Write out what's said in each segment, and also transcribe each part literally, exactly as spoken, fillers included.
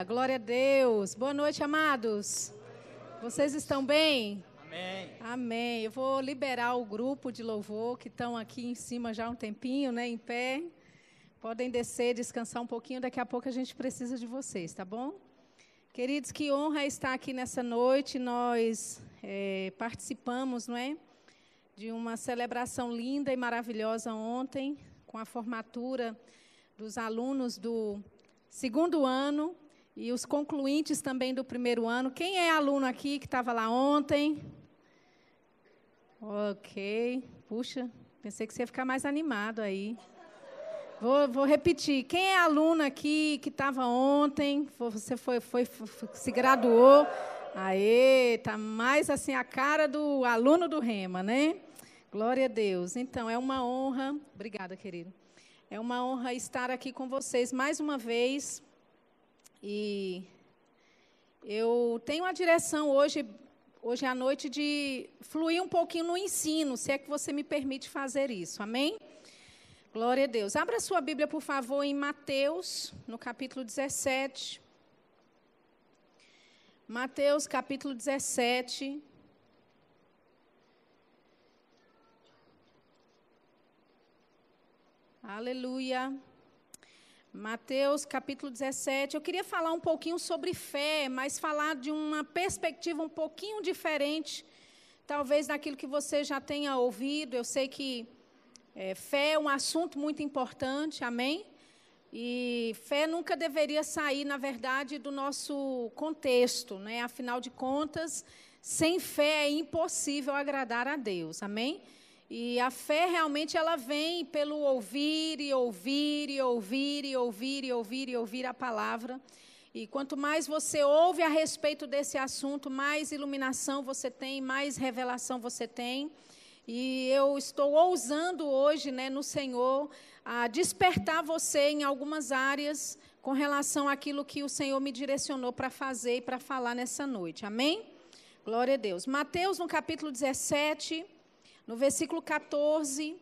Glória a Deus. Boa noite, amados. Vocês estão bem? Amém. Amém. Eu vou liberar o grupo de louvor que estão aqui em cima já há um tempinho, né, em pé. Podem descer, descansar um pouquinho. Daqui a pouco a gente precisa de vocês, tá bom? Queridos, que honra estar aqui nessa noite. Nós é, participamos, não é, de uma celebração linda e maravilhosa ontem, com a formatura dos alunos do segundo ano e os concluintes também do primeiro ano. Quem é aluno aqui que estava lá ontem? Ok. Puxa, pensei que você ia ficar mais animado aí. Vou, vou repetir. Quem é aluno aqui que estava ontem? Você foi, foi, foi, se graduou? Aê, tá mais assim a cara do aluno do Rema, né? Glória a Deus. Então, é uma honra. Obrigada, querido. É uma honra estar aqui com vocês mais uma vez. E eu tenho a direção hoje, hoje à noite de fluir um pouquinho no ensino, se é que você me permite fazer isso. Amém? Glória a Deus. Abra sua Bíblia, por favor, em Mateus, no capítulo dezessete. Mateus, capítulo dezessete. Aleluia. Mateus, capítulo dezessete. Eu queria falar um pouquinho sobre fé, mas falar de uma perspectiva um pouquinho diferente, talvez daquilo que você já tenha ouvido. Eu sei que é, fé é um assunto muito importante, amém? E fé nunca deveria sair, na verdade, do nosso contexto, né? Afinal de contas, sem fé é impossível agradar a Deus, amém? E a fé realmente ela vem pelo ouvir e ouvir e ouvir e ouvir e ouvir e ouvir a palavra. E quanto mais você ouve a respeito desse assunto, mais iluminação você tem, mais revelação você tem. E eu estou ousando hoje, né, no Senhor, a despertar você em algumas áreas com relação àquilo que o Senhor me direcionou para fazer e para falar nessa noite. Amém? Glória a Deus. Mateus, no capítulo dezessete... No versículo catorze,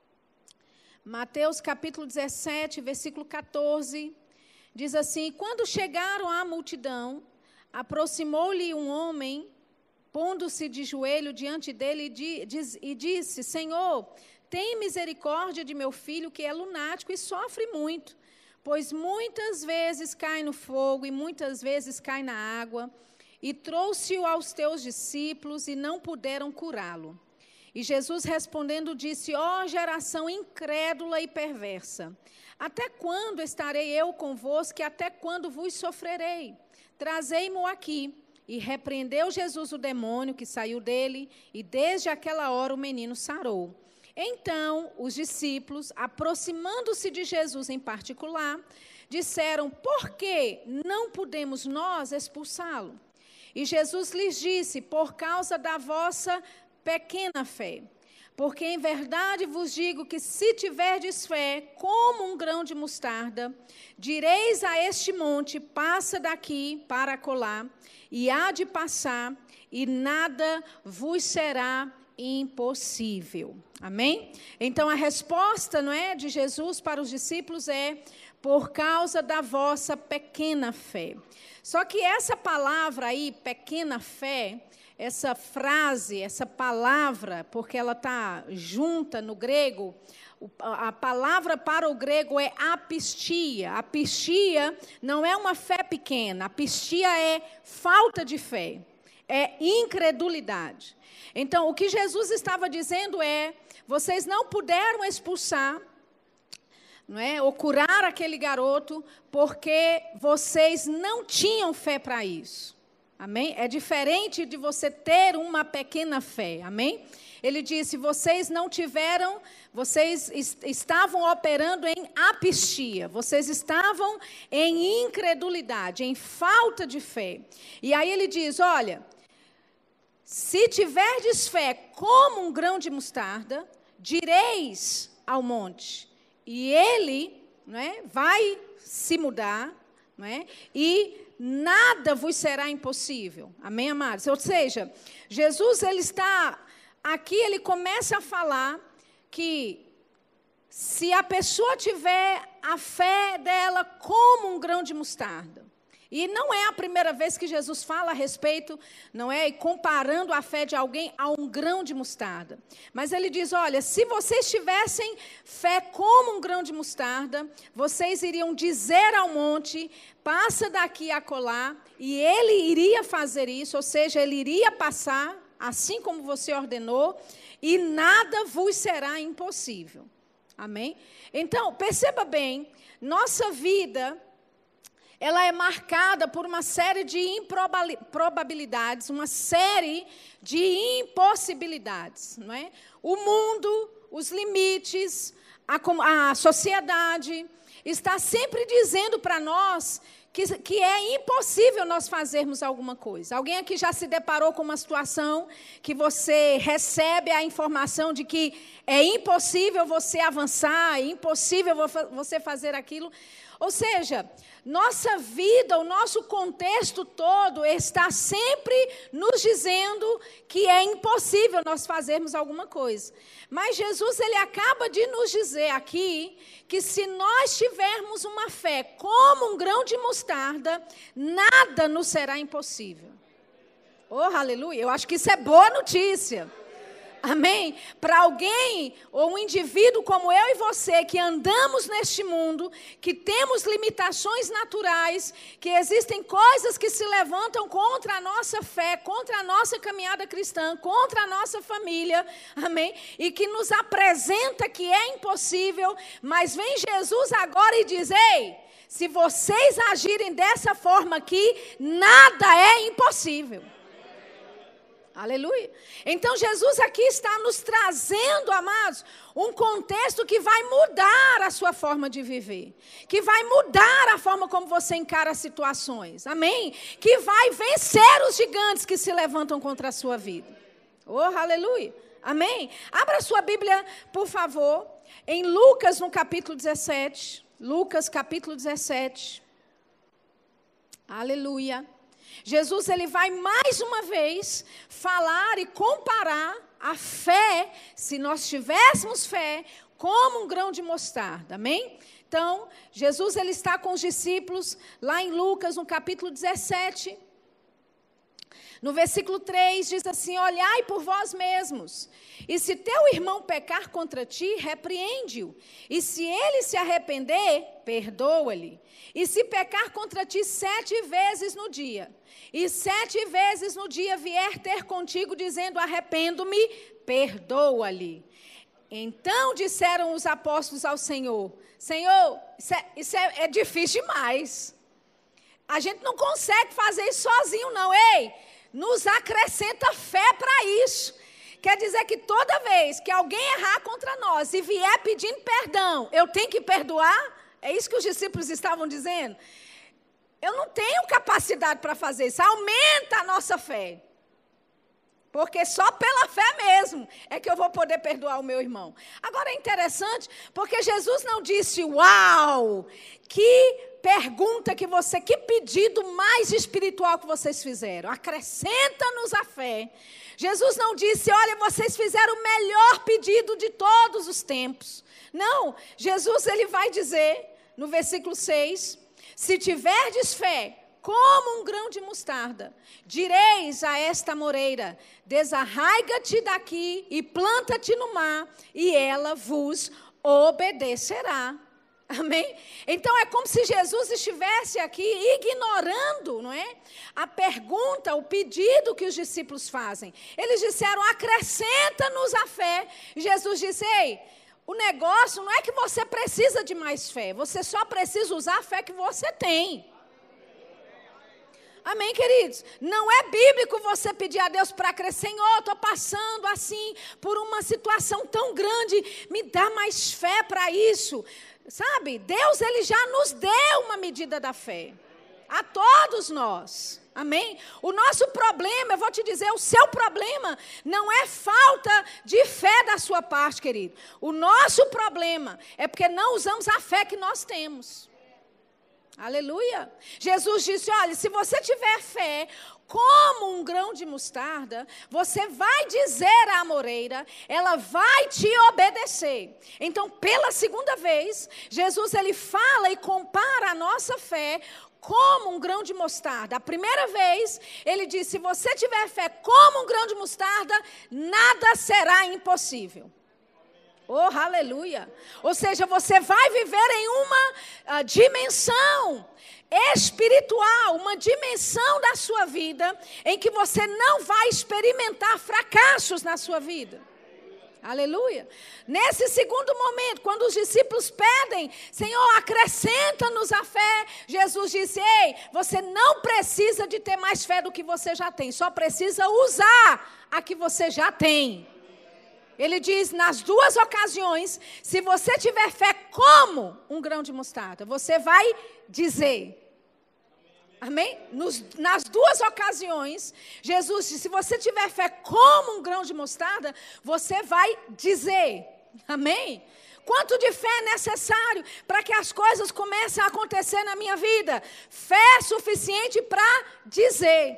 Mateus capítulo dezessete, versículo catorze, diz assim: quando chegaram à multidão, aproximou-lhe um homem, pondo-se de joelho diante dele, e, diz, e disse: Senhor, tem misericórdia de meu filho, que é lunático e sofre muito, pois muitas vezes cai no fogo e muitas vezes cai na água, e trouxe-o aos teus discípulos e não puderam curá-lo. E Jesus respondendo disse: ó geração incrédula e perversa, até quando estarei eu convosco e até quando vos sofrerei? Trazei-mo aqui. E repreendeu Jesus o demônio que saiu dele, e desde aquela hora o menino sarou. Então os discípulos, aproximando-se de Jesus em particular, disseram: por que não podemos nós expulsá-lo? E Jesus lhes disse: por causa da vossa pequena fé, porque em verdade vos digo que se tiverdes fé como um grão de mostarda, direis a este monte: passa daqui para acolá, e há de passar, e nada vos será impossível. Amém? Então a resposta, não é, de Jesus para os discípulos é: por causa da vossa pequena fé. Só que essa palavra aí, pequena fé, essa frase, essa palavra, porque ela está junta no grego, a palavra para o grego é apistia. Apistia não é uma fé pequena, apistia é falta de fé, é incredulidade. Então, o que Jesus estava dizendo é: vocês não puderam expulsar, não é, ou curar aquele garoto, porque vocês não tinham fé para isso. Amém? É diferente de você ter uma pequena fé. Amém? Ele disse: vocês não tiveram, vocês est- estavam operando em apistia, vocês estavam em incredulidade, em falta de fé. E aí ele diz: olha, se tiverdes fé como um grão de mostarda, direis ao monte, e ele, não é, vai se mudar, não é, e nada vos será impossível. Amém, amados? Ou seja, Jesus, ele está aqui, ele começa a falar que se a pessoa tiver a fé dela como um grão de mostarda, E não é a primeira vez que Jesus fala a respeito, não é? E comparando a fé de alguém a um grão de mostarda. Mas ele diz, olha, se vocês tivessem fé como um grão de mostarda, vocês iriam dizer ao monte, passa daqui a acolá, e ele iria fazer isso, ou seja, ele iria passar, assim como você ordenou, e nada vos será impossível. Amém? Então, perceba bem, nossa vida, ela é marcada por uma série de improbabilidades, uma série de impossibilidades, não é? O mundo, os limites, a, a sociedade, está sempre dizendo para nós que, que é impossível nós fazermos alguma coisa. Alguém aqui já se deparou com uma situação que você recebe a informação de que é impossível você avançar, é impossível você fazer aquilo? Ou seja, nossa vida, o nosso contexto todo está sempre nos dizendo que é impossível nós fazermos alguma coisa. Mas Jesus, ele acaba de nos dizer aqui que se nós tivermos uma fé como um grão de mostarda, nada nos será impossível. Oh, aleluia! Eu acho que isso é boa notícia. Amém? Para alguém ou um indivíduo como eu e você, que andamos neste mundo, que temos limitações naturais, que existem coisas que se levantam contra a nossa fé, contra a nossa caminhada cristã, contra a nossa família, amém? E que nos apresenta que é impossível, mas vem Jesus agora e diz, ei, se vocês agirem dessa forma aqui, nada é impossível. Aleluia. Então, Jesus aqui está nos trazendo, amados, um contexto que vai mudar a sua forma de viver. Que vai mudar a forma como você encara as situações. Amém? Que vai vencer os gigantes que se levantam contra a sua vida. Oh, aleluia. Amém? Abra sua Bíblia, por favor, em Lucas, no capítulo dezessete. Lucas, capítulo dezessete. Aleluia. Jesus, ele vai mais uma vez falar e comparar a fé, se nós tivéssemos fé, como um grão de mostarda, amém? Então, Jesus, ele está com os discípulos, lá em Lucas, no capítulo dezessete, no versículo três, diz assim, olhai por vós mesmos, e se teu irmão pecar contra ti, repreende-o, e se ele se arrepender, perdoa-lhe, e se pecar contra ti sete vezes no dia, e sete vezes no dia vier ter contigo, dizendo, arrependo-me, perdoa-lhe. Então disseram os apóstolos ao Senhor, Senhor, isso, é, isso é, é difícil demais. A gente não consegue fazer isso sozinho, não. Ei, nos acrescenta fé para isso. Quer dizer que toda vez que alguém errar contra nós e vier pedindo perdão, eu tenho que perdoar? É isso que os discípulos estavam dizendo? Eu não tenho capacidade para fazer isso. Aumenta a nossa fé. Porque só pela fé mesmo é que eu vou poder perdoar o meu irmão. Agora é interessante, porque Jesus não disse, uau, que pergunta que você, que pedido mais espiritual que vocês fizeram. Acrescenta-nos a fé. Jesus não disse, olha, vocês fizeram o melhor pedido de todos os tempos. Não, Jesus, ele vai dizer, no versículo seis, se tiverdes fé, como um grão de mostarda, direis a esta moreira, desarraiga-te daqui e planta-te no mar, e ela vos obedecerá. Amém? Então é como se Jesus estivesse aqui ignorando, não é? A pergunta, o pedido que os discípulos fazem. Eles disseram, acrescenta-nos a fé. E Jesus disse, ei, o negócio não é que você precisa de mais fé, você só precisa usar a fé que você tem. Amém, queridos? Não é bíblico você pedir a Deus para crescer. Senhor, estou passando assim por uma situação tão grande, me dá mais fé para isso. Sabe, Deus, ele já nos deu uma medida da fé. A todos nós. Amém? O nosso problema, eu vou te dizer, o seu problema não é falta de fé da sua parte, querido. O nosso problema é porque não usamos a fé que nós temos. Aleluia. Jesus disse, olha, se você tiver fé como um grão de mostarda, você vai dizer à amoreira, ela vai te obedecer. Então, pela segunda vez, Jesus, ele fala e compara a nossa fé como um grão de mostarda. A primeira vez, ele disse, se você tiver fé como um grão de mostarda, nada será impossível. Oh, aleluia. Ou seja, você vai viver em uma uh, dimensão espiritual, uma dimensão da sua vida, em que você não vai experimentar fracassos na sua vida. Aleluia. Nesse segundo momento, quando os discípulos pedem, Senhor, acrescenta-nos a fé, Jesus disse, ei, você não precisa de ter mais fé do que você já tem, só precisa usar a que você já tem. Ele diz, nas duas ocasiões, se você tiver fé como um grão de mostarda, você vai dizer. Amém? Nos, nas duas ocasiões, Jesus disse, se você tiver fé como um grão de mostarda, você vai dizer. Amém? Quanto de fé é necessário para que as coisas comecem a acontecer na minha vida? Fé suficiente para dizer.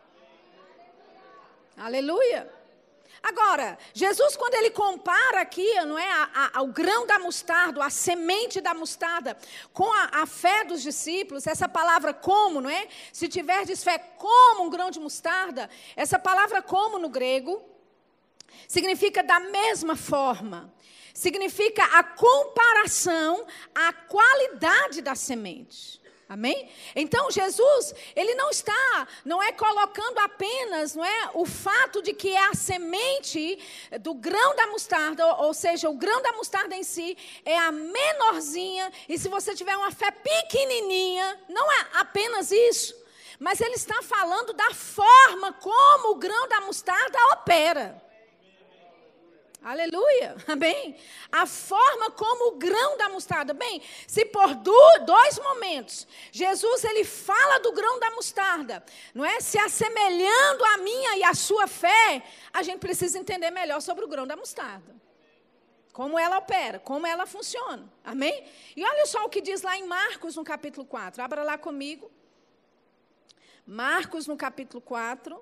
Aleluia. Agora, Jesus, quando ele compara aqui, não é, a, a, o grão da mostarda, a semente da mostarda, com a, a fé dos discípulos, essa palavra como, não é? Se tiverdes fé como um grão de mostarda, essa palavra como no grego, significa da mesma forma. Significa a comparação à qualidade da semente. Amém? Então, Jesus, ele não está, não é colocando apenas, não é, o fato de que é a semente do grão da mostarda, ou, ou seja, o grão da mostarda em si é a menorzinha, e se você tiver uma fé pequenininha, não é apenas isso, mas ele está falando da forma como o grão da mostarda opera. Aleluia, amém? A forma como o grão da mostarda. Bem, se por do, dois momentos, Jesus ele fala do grão da mostarda, não é? Se assemelhando à minha e à sua fé, a gente precisa entender melhor sobre o grão da mostarda. Como ela opera, como ela funciona, amém? E olha só o que diz lá em Marcos, no capítulo quatro. Abra lá comigo. Marcos, no capítulo quatro,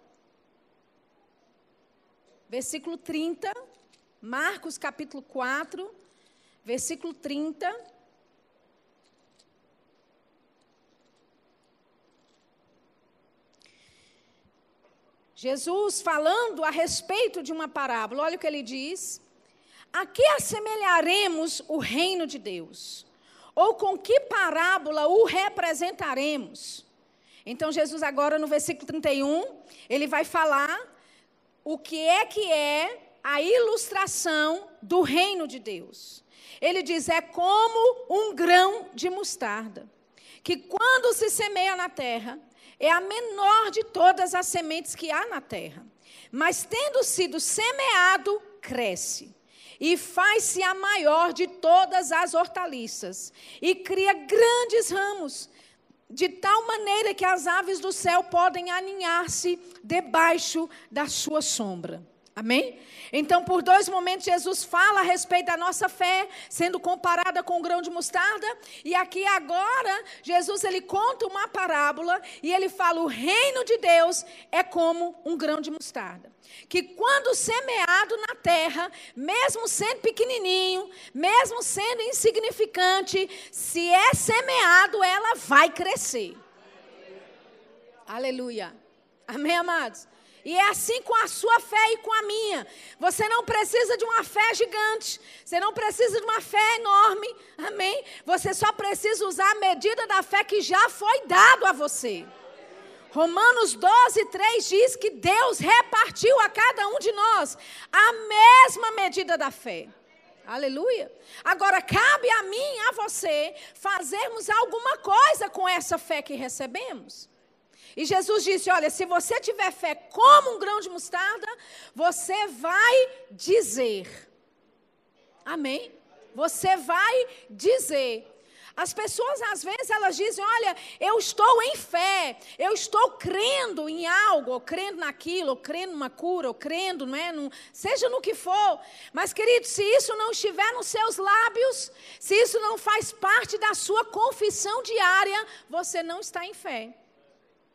versículo trinta. Marcos capítulo quatro, versículo trinta. Jesus falando a respeito de uma parábola, olha o que ele diz. A que assemelharemos o reino de Deus? Ou com que parábola o representaremos? Então Jesus agora no versículo trinta e um, ele vai falar o que é que é a ilustração do reino de Deus. Ele diz, é como um grão de mostarda, que quando se semeia na terra, é a menor de todas as sementes que há na terra. Mas tendo sido semeado, cresce, e faz-se a maior de todas as hortaliças, e cria grandes ramos, de tal maneira que as aves do céu podem aninhar-se debaixo da sua sombra. Amém? Então, por dois momentos, Jesus fala a respeito da nossa fé, sendo comparada com o grão de mostarda. E aqui agora, Jesus ele conta uma parábola e ele fala, o reino de Deus é como um grão de mostarda. Que quando semeado na terra, mesmo sendo pequenininho, mesmo sendo insignificante, se é semeado, ela vai crescer. Aleluia. Amém, amados? E é assim com a sua fé e com a minha. Você não precisa de uma fé gigante. Você não precisa de uma fé enorme. Amém? Você só precisa usar a medida da fé que já foi dado a você. Romanos doze, três diz que Deus repartiu a cada um de nós a mesma medida da fé. Aleluia. Agora, cabe a mim e a você fazermos alguma coisa com essa fé que recebemos. E Jesus disse, olha, se você tiver fé como um grão de mostarda, você vai dizer. Amém? Você vai dizer. As pessoas, às vezes, elas dizem, olha, eu estou em fé, eu estou crendo em algo, ou crendo naquilo, ou crendo numa cura, ou crendo, não é, num, seja no que for. Mas, querido, se isso não estiver nos seus lábios, se isso não faz parte da sua confissão diária, você não está em fé.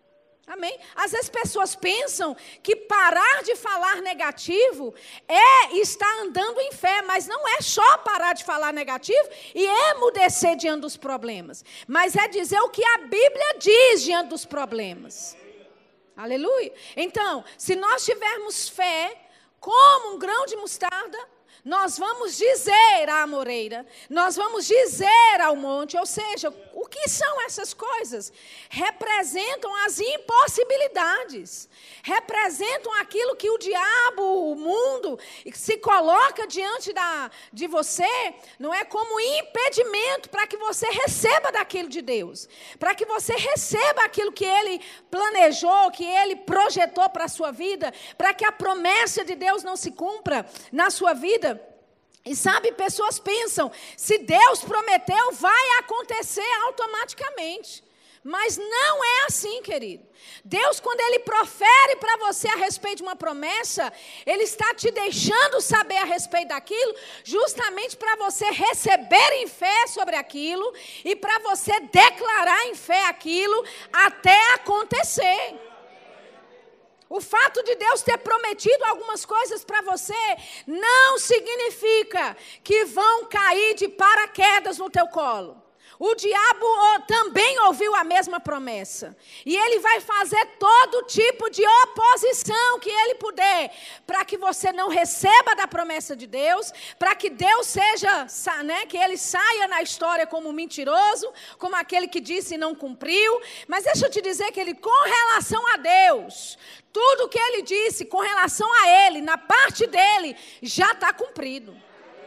Amém? Às vezes pessoas pensam que parar de falar negativo é estar andando em fé, mas não é só parar de falar negativo e emudecer diante dos problemas, mas é dizer o que a Bíblia diz diante dos problemas. Aleluia. Então, se nós tivermos fé como um grão de mostarda, nós vamos dizer à amoreira, nós vamos dizer ao monte, ou seja, o que são essas coisas? Representam as impossibilidades, representam aquilo que o diabo, o mundo, se coloca diante da, de você, não é, como impedimento para que você receba daquilo de Deus, para que você receba aquilo que Ele planejou, que Ele projetou para a sua vida, para que a promessa de Deus não se cumpra na sua vida. E sabe, pessoas pensam, se Deus prometeu, vai acontecer automaticamente. Mas não é assim, querido. Deus, quando Ele profere para você a respeito de uma promessa, Ele está te deixando saber a respeito daquilo, justamente para você receber em fé sobre aquilo, e para você declarar em fé aquilo, até acontecer. O fato de Deus ter prometido algumas coisas para você não significa que vão cair de paraquedas no teu colo. O diabo também ouviu a mesma promessa. E ele vai fazer todo tipo de oposição que ele puder, para que você não receba da promessa de Deus, para que Deus seja, né, que ele saia na história como mentiroso, como aquele que disse e não cumpriu. Mas deixa eu te dizer que ele, com relação a Deus, tudo que ele disse com relação a ele, na parte dele, já está cumprido.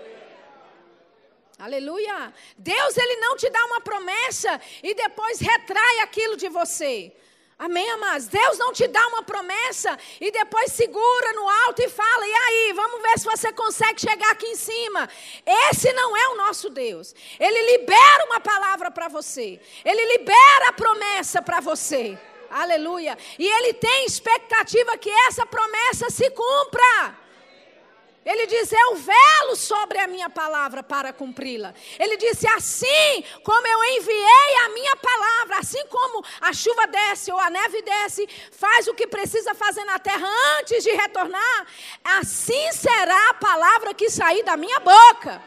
Aleluia. Deus, Ele não te dá uma promessa e depois retrai aquilo de você. Amém, amados? Deus não te dá uma promessa e depois segura no alto e fala, e aí, vamos ver se você consegue chegar aqui em cima. Esse não é o nosso Deus. Ele libera uma palavra para você. Ele libera a promessa para você. Aleluia. E Ele tem expectativa que essa promessa se cumpra. Ele diz, eu velo sobre a minha palavra para cumpri-la. Ele disse, assim como eu enviei a minha palavra, assim como a chuva desce ou a neve desce, faz o que precisa fazer na terra antes de retornar, assim será a palavra que sair da minha boca.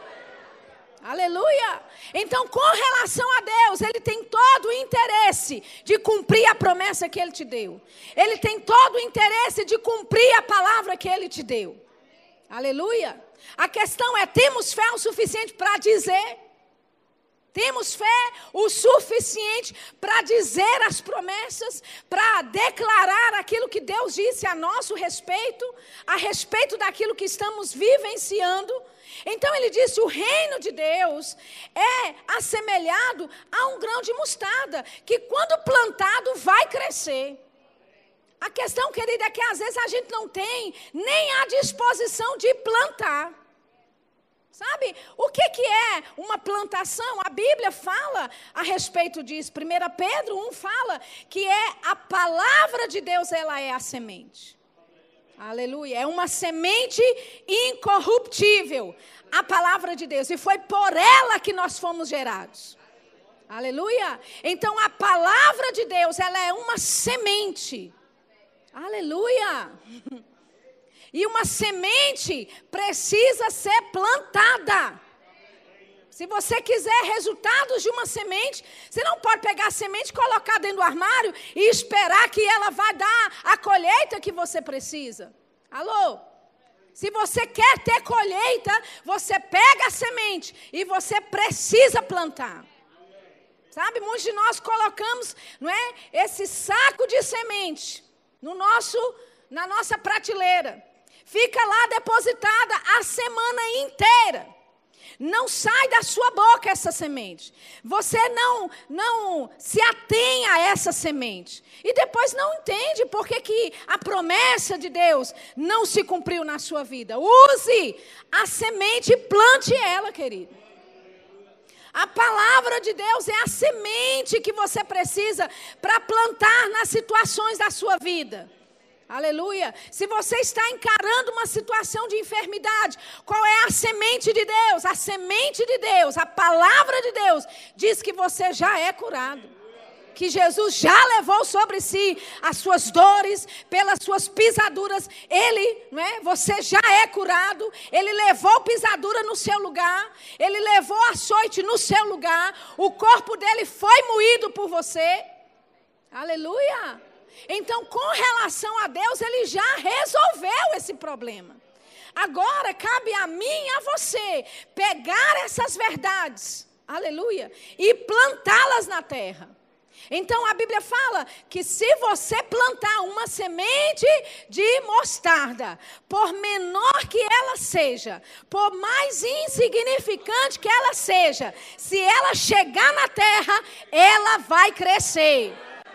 Aleluia. Então, com relação a Deus, Ele tem todo o interesse de cumprir a promessa que Ele te deu. Ele tem todo o interesse de cumprir a palavra que Ele te deu. Aleluia. A questão é, temos fé o suficiente para dizer? Temos fé o suficiente para dizer as promessas, para declarar aquilo que Deus disse a nosso respeito, a respeito daquilo que estamos vivenciando? Então ele disse, o reino de Deus é assemelhado a um grão de mostarda, que quando plantado vai crescer. A questão, querida, é que às vezes a gente não tem nem a disposição de plantar. Sabe? O que, que é uma plantação? A Bíblia fala a respeito disso. primeira Pedro um fala que é a palavra de Deus, ela é a semente. Aleluia. É uma semente incorruptível. A palavra de Deus. E foi por ela que nós fomos gerados. Aleluia. Então a palavra de Deus, ela é uma semente. Aleluia! E uma semente precisa ser plantada. Se você quiser resultados de uma semente, você não pode pegar a semente, colocar dentro do armário e esperar que ela vá dar a colheita que você precisa. Alô? Se você quer ter colheita, você pega a semente e você precisa plantar. Sabe, muitos de nós colocamos, não é, esse saco de semente no nosso, na nossa prateleira. Fica lá depositada a semana inteira. Não sai da sua boca essa semente. Você não, não se atém a essa semente. E depois não entende por que que a promessa de Deus não se cumpriu na sua vida. Use a semente e plante ela, querido. A palavra de Deus é a semente que você precisa para plantar nas situações da sua vida. Aleluia. Se você está encarando uma situação de enfermidade, qual é a semente de Deus? A semente de Deus, a palavra de Deus, diz que você já é curado. que Jesus já levou sobre si as suas dores, pelas suas pisaduras, ele, não é? Você já é curado, ele levou pisadura no seu lugar, ele levou açoite no seu lugar, o corpo dele foi moído por você. Aleluia! Então, com relação a Deus, ele já resolveu esse problema. Agora, cabe a mim e a você pegar essas verdades, aleluia, e plantá-las na terra. Então, a Bíblia fala que se você plantar uma semente de mostarda, por menor que ela seja, por mais insignificante que ela seja, se ela chegar na terra, ela vai crescer.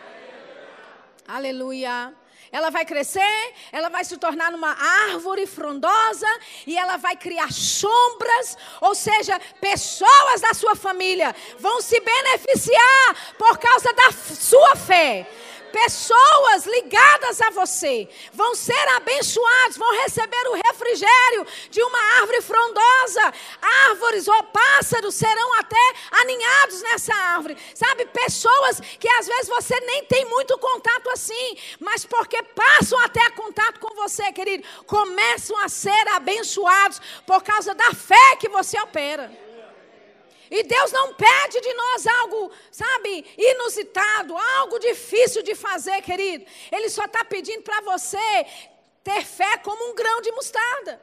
Aleluia. Ela vai crescer, ela vai se tornar uma árvore frondosa e ela vai criar sombras, ou seja, pessoas da sua família vão se beneficiar por causa da sua fé. Pessoas ligadas a você vão ser abençoados, vão receber o refrigério de uma árvore frondosa. Árvores ou pássaros serão até aninhados nessa árvore. Sabe, pessoas que às vezes você nem tem muito contato assim, mas porque passam até contato com você, querido, começam a ser abençoados por causa da fé que você opera. E Deus não pede de nós algo, sabe, inusitado, algo difícil de fazer, querido. Ele só está pedindo para você ter fé como um grão de mostarda.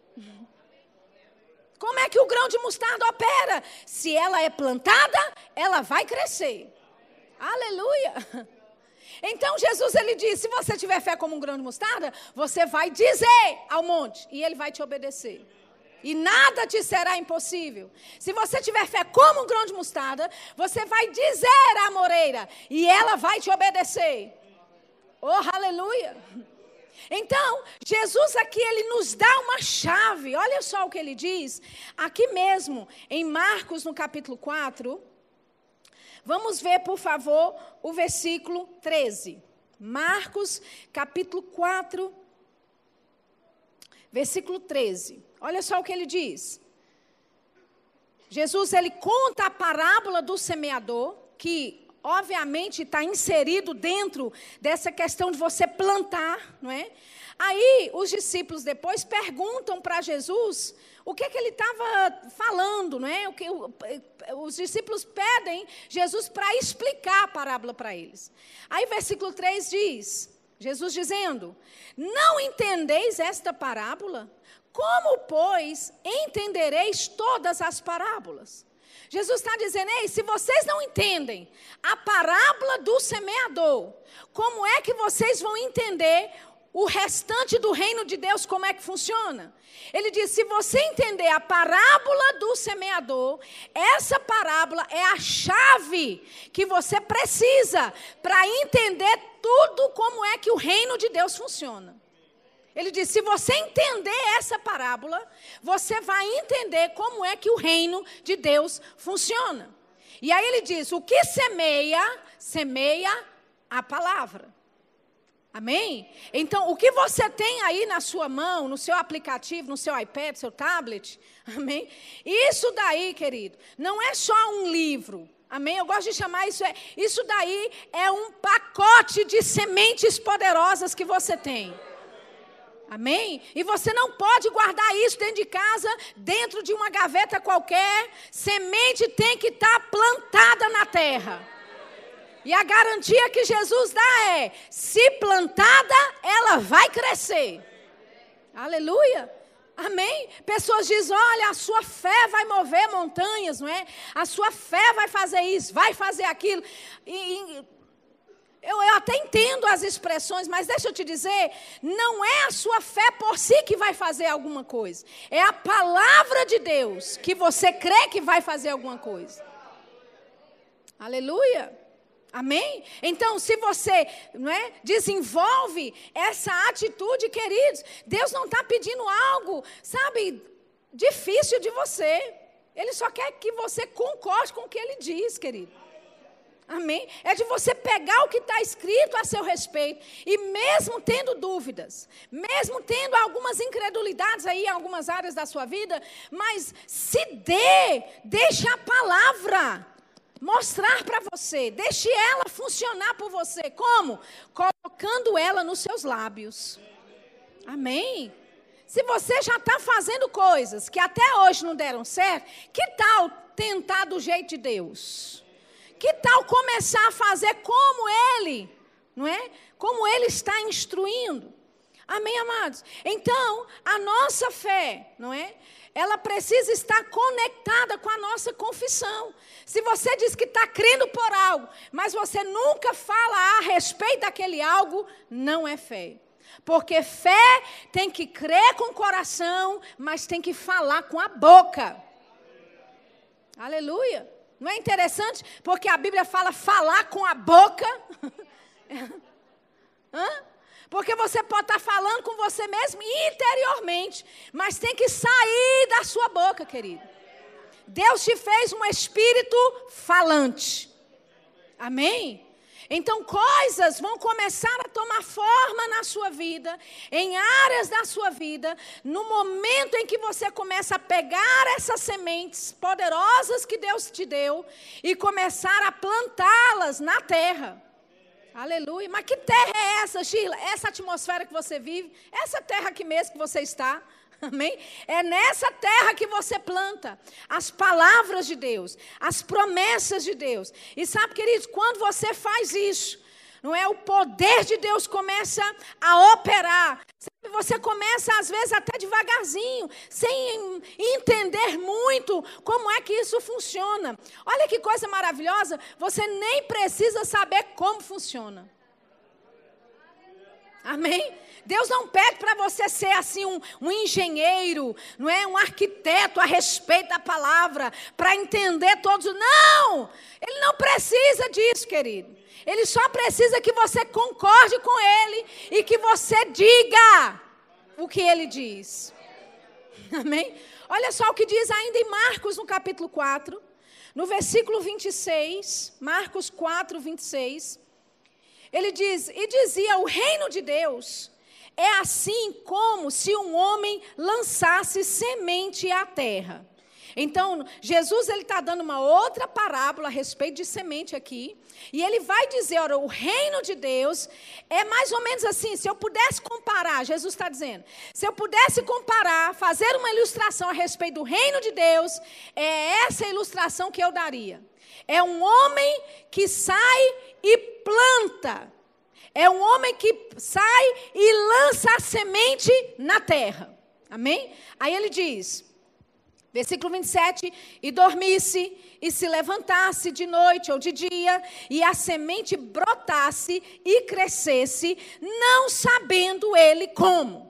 Como é que o grão de mostarda opera? Se ela é plantada, ela vai crescer. Aleluia! Então Jesus, ele diz, se você tiver fé como um grão de mostarda, você vai dizer ao monte e ele vai te obedecer. E nada te será impossível. Se você tiver fé como um grão de mostarda, você vai dizer à moreira e ela vai te obedecer. Oh, aleluia! Então, Jesus aqui, ele nos dá uma chave. Olha só o que ele diz. Aqui mesmo, em Marcos, no capítulo quatro. Vamos ver, por favor, o versículo treze. Marcos, capítulo quatro, versículo treze. Olha só o que ele diz. Jesus, ele conta a parábola do semeador, que obviamente está inserido dentro dessa questão de você plantar, não é? Aí os discípulos depois perguntam para Jesus o que, que ele estava falando, não é? O que, os discípulos pedem Jesus para explicar a parábola para eles. Aí versículo três diz, Jesus dizendo, não entendeis esta parábola? Como, pois, entendereis todas as parábolas? Jesus está dizendo, ei, se vocês não entendem a parábola do semeador, como é que vocês vão entender o restante do reino de Deus, como é que funciona? Ele diz, se você entender a parábola do semeador, essa parábola é a chave que você precisa para entender tudo como é que o reino de Deus funciona. Ele diz, se você entender essa parábola, você vai entender como é que o reino de Deus funciona. E aí ele diz, o que semeia, semeia a palavra. Amém? Então, o que você tem aí na sua mão, no seu aplicativo, no seu iPad, seu tablet, amém? Isso daí, querido, não é só um livro. Amém? Eu gosto de chamar isso, é, isso daí é um pacote de sementes poderosas que você tem. Amém? E você não pode guardar isso dentro de casa, dentro de uma gaveta qualquer. Semente tem que estar plantada na terra. E a garantia que Jesus dá é, se plantada, ela vai crescer. Aleluia. Amém? Pessoas dizem, olha, a sua fé vai mover montanhas, não é? A sua fé vai fazer isso, vai fazer aquilo. E... e Eu, eu até entendo as expressões, mas deixa eu te dizer, não é a sua fé por si que vai fazer alguma coisa. É a palavra de Deus que você crê que vai fazer alguma coisa. Aleluia. Amém? Então, se você, não é, desenvolve essa atitude, queridos, Deus não está pedindo algo, sabe, difícil de você. Ele só quer que você concorde com o que Ele diz, querido. Amém? É de você pegar o que está escrito a seu respeito e mesmo tendo dúvidas, mesmo tendo algumas incredulidades aí em algumas áreas da sua vida, mas se dê, deixe a palavra, mostrar para você. Deixe ela funcionar por você. Como? Colocando ela nos seus lábios. Amém? Se você já está fazendo coisas que até hoje não deram certo, que tal tentar do jeito de Deus? Que tal começar a fazer como Ele, não é? Como Ele está instruindo. Amém, amados? Então, a nossa fé, não é? Ela precisa estar conectada com a nossa confissão. Se você diz que está crendo por algo, mas você nunca fala a respeito daquele algo, não é fé. Porque fé tem que crer com o coração, mas tem que falar com a boca. Aleluia. Não é interessante? Porque a Bíblia fala falar com a boca. Hã? Porque você pode estar falando com você mesmo interiormente, mas tem que sair da sua boca, querido. Deus te fez um espírito falante. Amém? Então, coisas vão começar a tomar forma na sua vida, em áreas da sua vida, no momento em que você começa a pegar essas sementes poderosas que Deus te deu e começar a plantá-las na terra. Aleluia. Mas que terra é essa, Sheila? Essa atmosfera que você vive, essa terra aqui mesmo que você está. Amém? É nessa terra que você planta as palavras de Deus, as promessas de Deus. E sabe, queridos, quando você faz isso, não é? O poder de Deus começa a operar. Você começa, às vezes, até devagarzinho, sem entender muito como é que isso funciona. Olha que coisa maravilhosa, você nem precisa saber como funciona. Amém? Deus não pede para você ser assim um, um engenheiro, não é? Um arquiteto a respeito da palavra, para entender todos. Não! Ele não precisa disso, querido. Ele só precisa que você concorde com ele e que você diga o que ele diz. Amém? Olha só o que diz ainda em Marcos, no capítulo quatro, no versículo vinte e seis, Marcos quatro, vinte e seis. Ele diz, e dizia, o reino de Deus é assim como se um homem lançasse semente à terra. Então, Jesus está dando uma outra parábola a respeito de semente aqui. E ele vai dizer, olha, o reino de Deus é mais ou menos assim, se eu pudesse comparar, Jesus está dizendo, se eu pudesse comparar, fazer uma ilustração a respeito do reino de Deus, é essa ilustração que eu daria. É um homem que sai e planta. É um homem que sai e lança a semente na terra. Amém? Aí ele diz, versículo vinte e sete, e dormisse, e se levantasse de noite ou de dia, e a semente brotasse e crescesse, não sabendo ele como.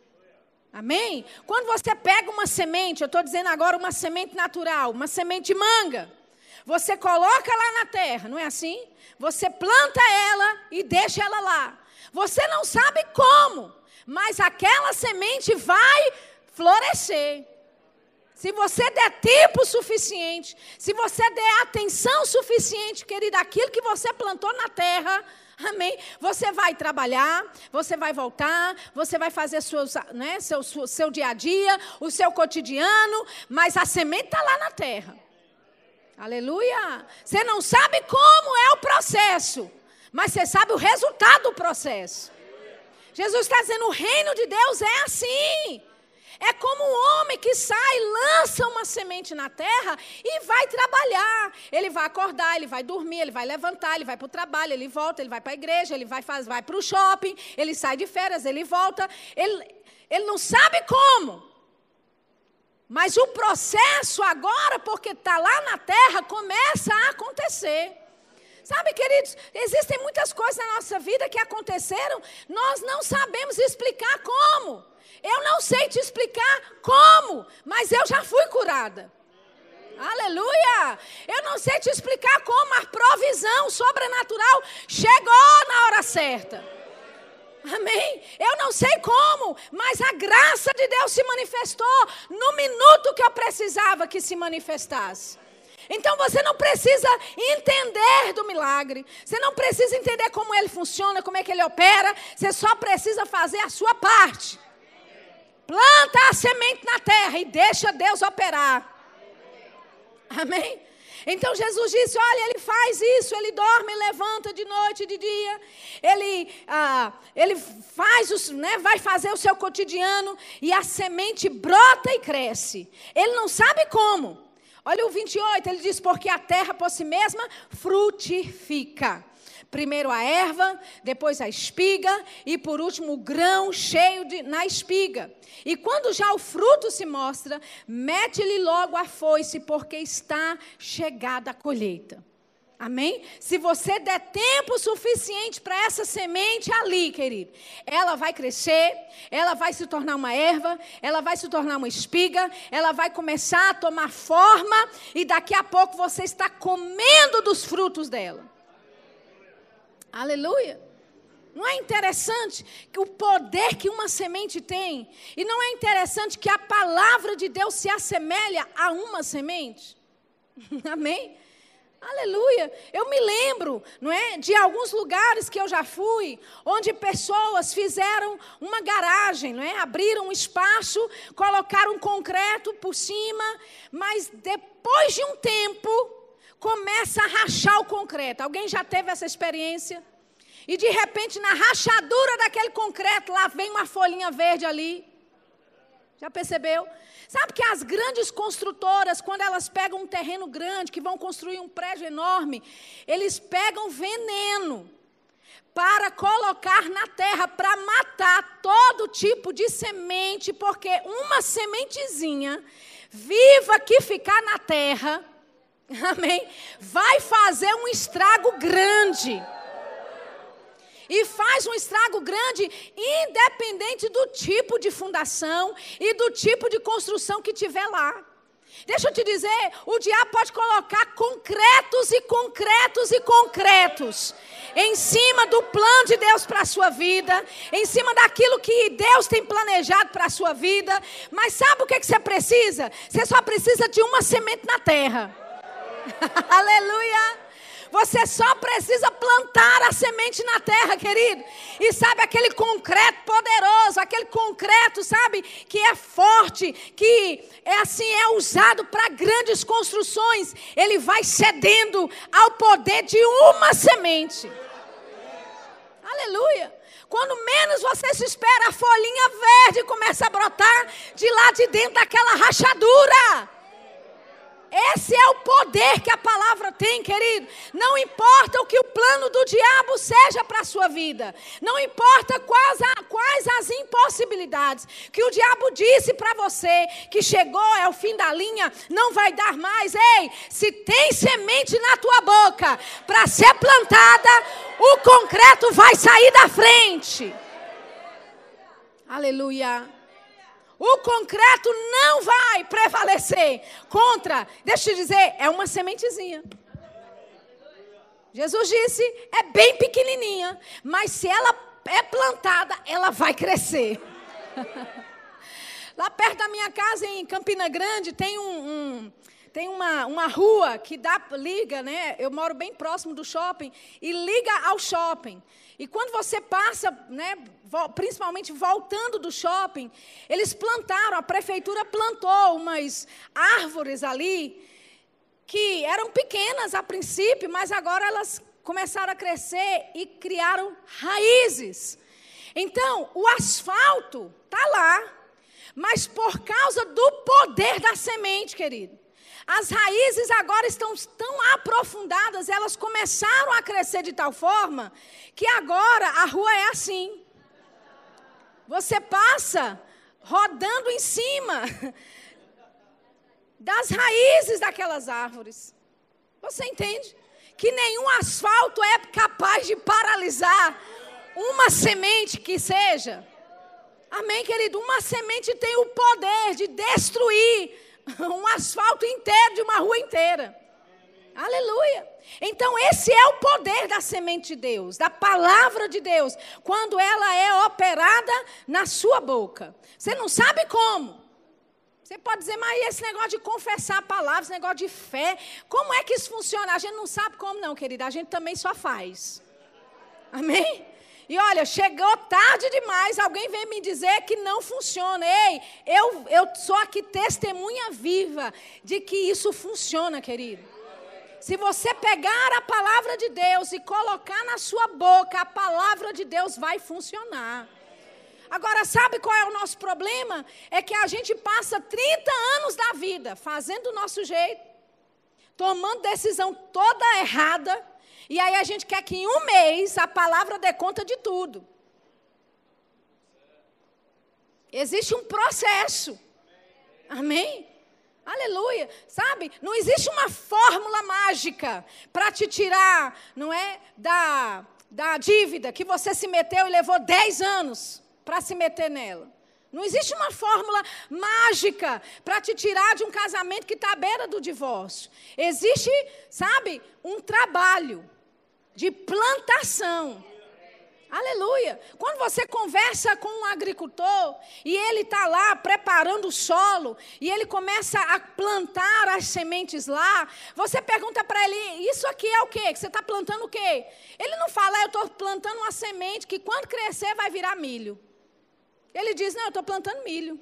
Amém? Quando você pega uma semente, eu estou dizendo agora uma semente natural, uma semente de manga, você coloca lá na terra, não é assim? Você planta ela e deixa ela lá. Você não sabe como, mas aquela semente vai florescer. Se você der tempo suficiente, se você der atenção suficiente, querida, aquilo que você plantou na terra, amém? Você vai trabalhar, você vai voltar, você vai fazer seus, né, seu, seu dia a dia, o seu cotidiano, mas a semente está lá na terra. Aleluia! Você não sabe como é o processo, mas você sabe o resultado do processo. Jesus está dizendo, o reino de Deus é assim. É como um homem que sai, lança uma semente na terra e vai trabalhar. Ele vai acordar, ele vai dormir, ele vai levantar, ele vai para o trabalho, ele volta, ele vai para a igreja, ele vai, faz, vai para o shopping, ele sai de férias, ele volta. Ele, ele não sabe como. Mas o processo agora, porque está lá na terra, começa a acontecer. Sabe, queridos, existem muitas coisas na nossa vida que aconteceram, nós não sabemos explicar como. Eu não sei te explicar como, mas eu já fui curada. Aleluia! Eu não sei te explicar como a provisão sobrenatural chegou na hora certa. Amém? Eu não sei como, mas a graça de Deus se manifestou no minuto que eu precisava que se manifestasse. Então você não precisa entender do milagre, você não precisa entender como ele funciona, como é que ele opera, você só precisa fazer a sua parte. Planta a semente na terra e deixa Deus operar. Amém? Então Jesus disse, olha, ele faz isso, ele dorme, levanta de noite e de dia, ele, ah, ele faz os, né, vai fazer o seu cotidiano e a semente brota e cresce. Ele não sabe como. Olha o vinte e oito, ele diz, porque a terra por si mesma frutifica. Primeiro a erva, depois a espiga e por último o grão cheio de, na espiga. E quando já o fruto se mostra, mete-lhe logo a foice, porque está chegada a colheita. Amém? Se você der tempo suficiente para essa semente ali, querido, ela vai crescer, ela vai se tornar uma erva, ela vai se tornar uma espiga, ela vai começar a tomar forma e daqui a pouco você está comendo dos frutos dela. Aleluia. Não é interessante o poder que uma semente tem? E não é interessante que a palavra de Deus se assemelha a uma semente? Amém? Aleluia. Eu me lembro, não é, de alguns lugares que eu já fui, onde pessoas fizeram uma garagem, não é? Abriram um espaço, colocaram concreto por cima, mas depois de um tempo começa a rachar o concreto. Alguém já teve essa experiência? E de repente, na rachadura daquele concreto, lá vem uma folhinha verde ali. Já percebeu? Sabe que as grandes construtoras, quando elas pegam um terreno grande, que vão construir um prédio enorme, eles pegam veneno para colocar na terra, para matar todo tipo de semente, porque uma sementezinha viva que ficar na terra, amém, vai fazer um estrago grande. E faz um estrago grande, independente do tipo de fundação e do tipo de construção que tiver lá. Deixa eu te dizer, o diabo pode colocar concretos e concretos e concretos em cima do plano de Deus para a sua vida, em cima daquilo que Deus tem planejado para a sua vida. Mas sabe o que, que você precisa? Você só precisa de uma semente na terra. Aleluia! Você só precisa plantar a semente na terra, querido. E sabe aquele concreto poderoso, aquele concreto, sabe, que é forte, que é assim, é usado para grandes construções. Ele vai cedendo ao poder de uma semente. Aleluia. Quando menos você se espera, a folhinha verde começa a brotar de lá de dentro daquela rachadura. Esse é o poder que a palavra tem, querido. Não importa o que o plano do diabo seja para a sua vida. Não importa quais, a, quais as impossibilidades. Que o diabo disse para você que chegou, é o fim da linha, não vai dar mais. Ei, se tem semente na tua boca para ser plantada, o concreto vai sair da frente. Aleluia. O concreto não vai prevalecer contra, deixa eu te dizer, é uma sementezinha. Jesus disse, é bem pequenininha, mas se ela é plantada, ela vai crescer. Lá perto da minha casa, em Campina Grande, tem um... um Tem uma, uma rua que dá, liga, né? Eu moro bem próximo do shopping e liga ao shopping. E quando você passa, né, principalmente voltando do shopping, eles plantaram, a prefeitura plantou umas árvores ali que eram pequenas a princípio, mas agora elas começaram a crescer e criaram raízes. Então, o asfalto está lá, mas por causa do poder da semente, querido. As raízes agora estão tão aprofundadas, elas começaram a crescer de tal forma que agora a rua é assim. Você passa rodando em cima das raízes daquelas árvores. Você entende? Que nenhum asfalto é capaz de paralisar uma semente que seja. Amém, querido? Uma semente tem o poder de destruir um asfalto inteiro de uma rua inteira. Aleluia. Então esse é o poder da semente de Deus, da palavra de Deus, quando ela é operada na sua boca. Você não sabe como. Você pode dizer, mas esse negócio de confessar a palavra, esse negócio de fé, como é que isso funciona? A gente não sabe como não, querida, a gente também só faz. Amém? E olha, chegou tarde demais, alguém vem me dizer que não funciona. Ei, eu, eu sou aqui testemunha viva de que isso funciona, querido. Se você pegar a palavra de Deus e colocar na sua boca, a palavra de Deus vai funcionar. Agora, sabe qual é o nosso problema? É que a gente passa trinta anos da vida fazendo do nosso jeito, tomando decisão toda errada, e aí a gente quer que em um mês a palavra dê conta de tudo. Existe um processo. Amém? Aleluia. Sabe? Não existe uma fórmula mágica para te tirar, não é, da, da dívida que você se meteu e levou dez anos para se meter nela. Não existe uma fórmula mágica para te tirar de um casamento que está à beira do divórcio. Existe, sabe, um trabalho de plantação. Aleluia. Quando você conversa com um agricultor e ele está lá preparando o solo e ele começa a plantar as sementes lá, você pergunta para ele, isso aqui é o quê? Que você está plantando o quê? Ele não fala, eu estou plantando uma semente que quando crescer vai virar milho. Ele diz, não, eu estou plantando milho.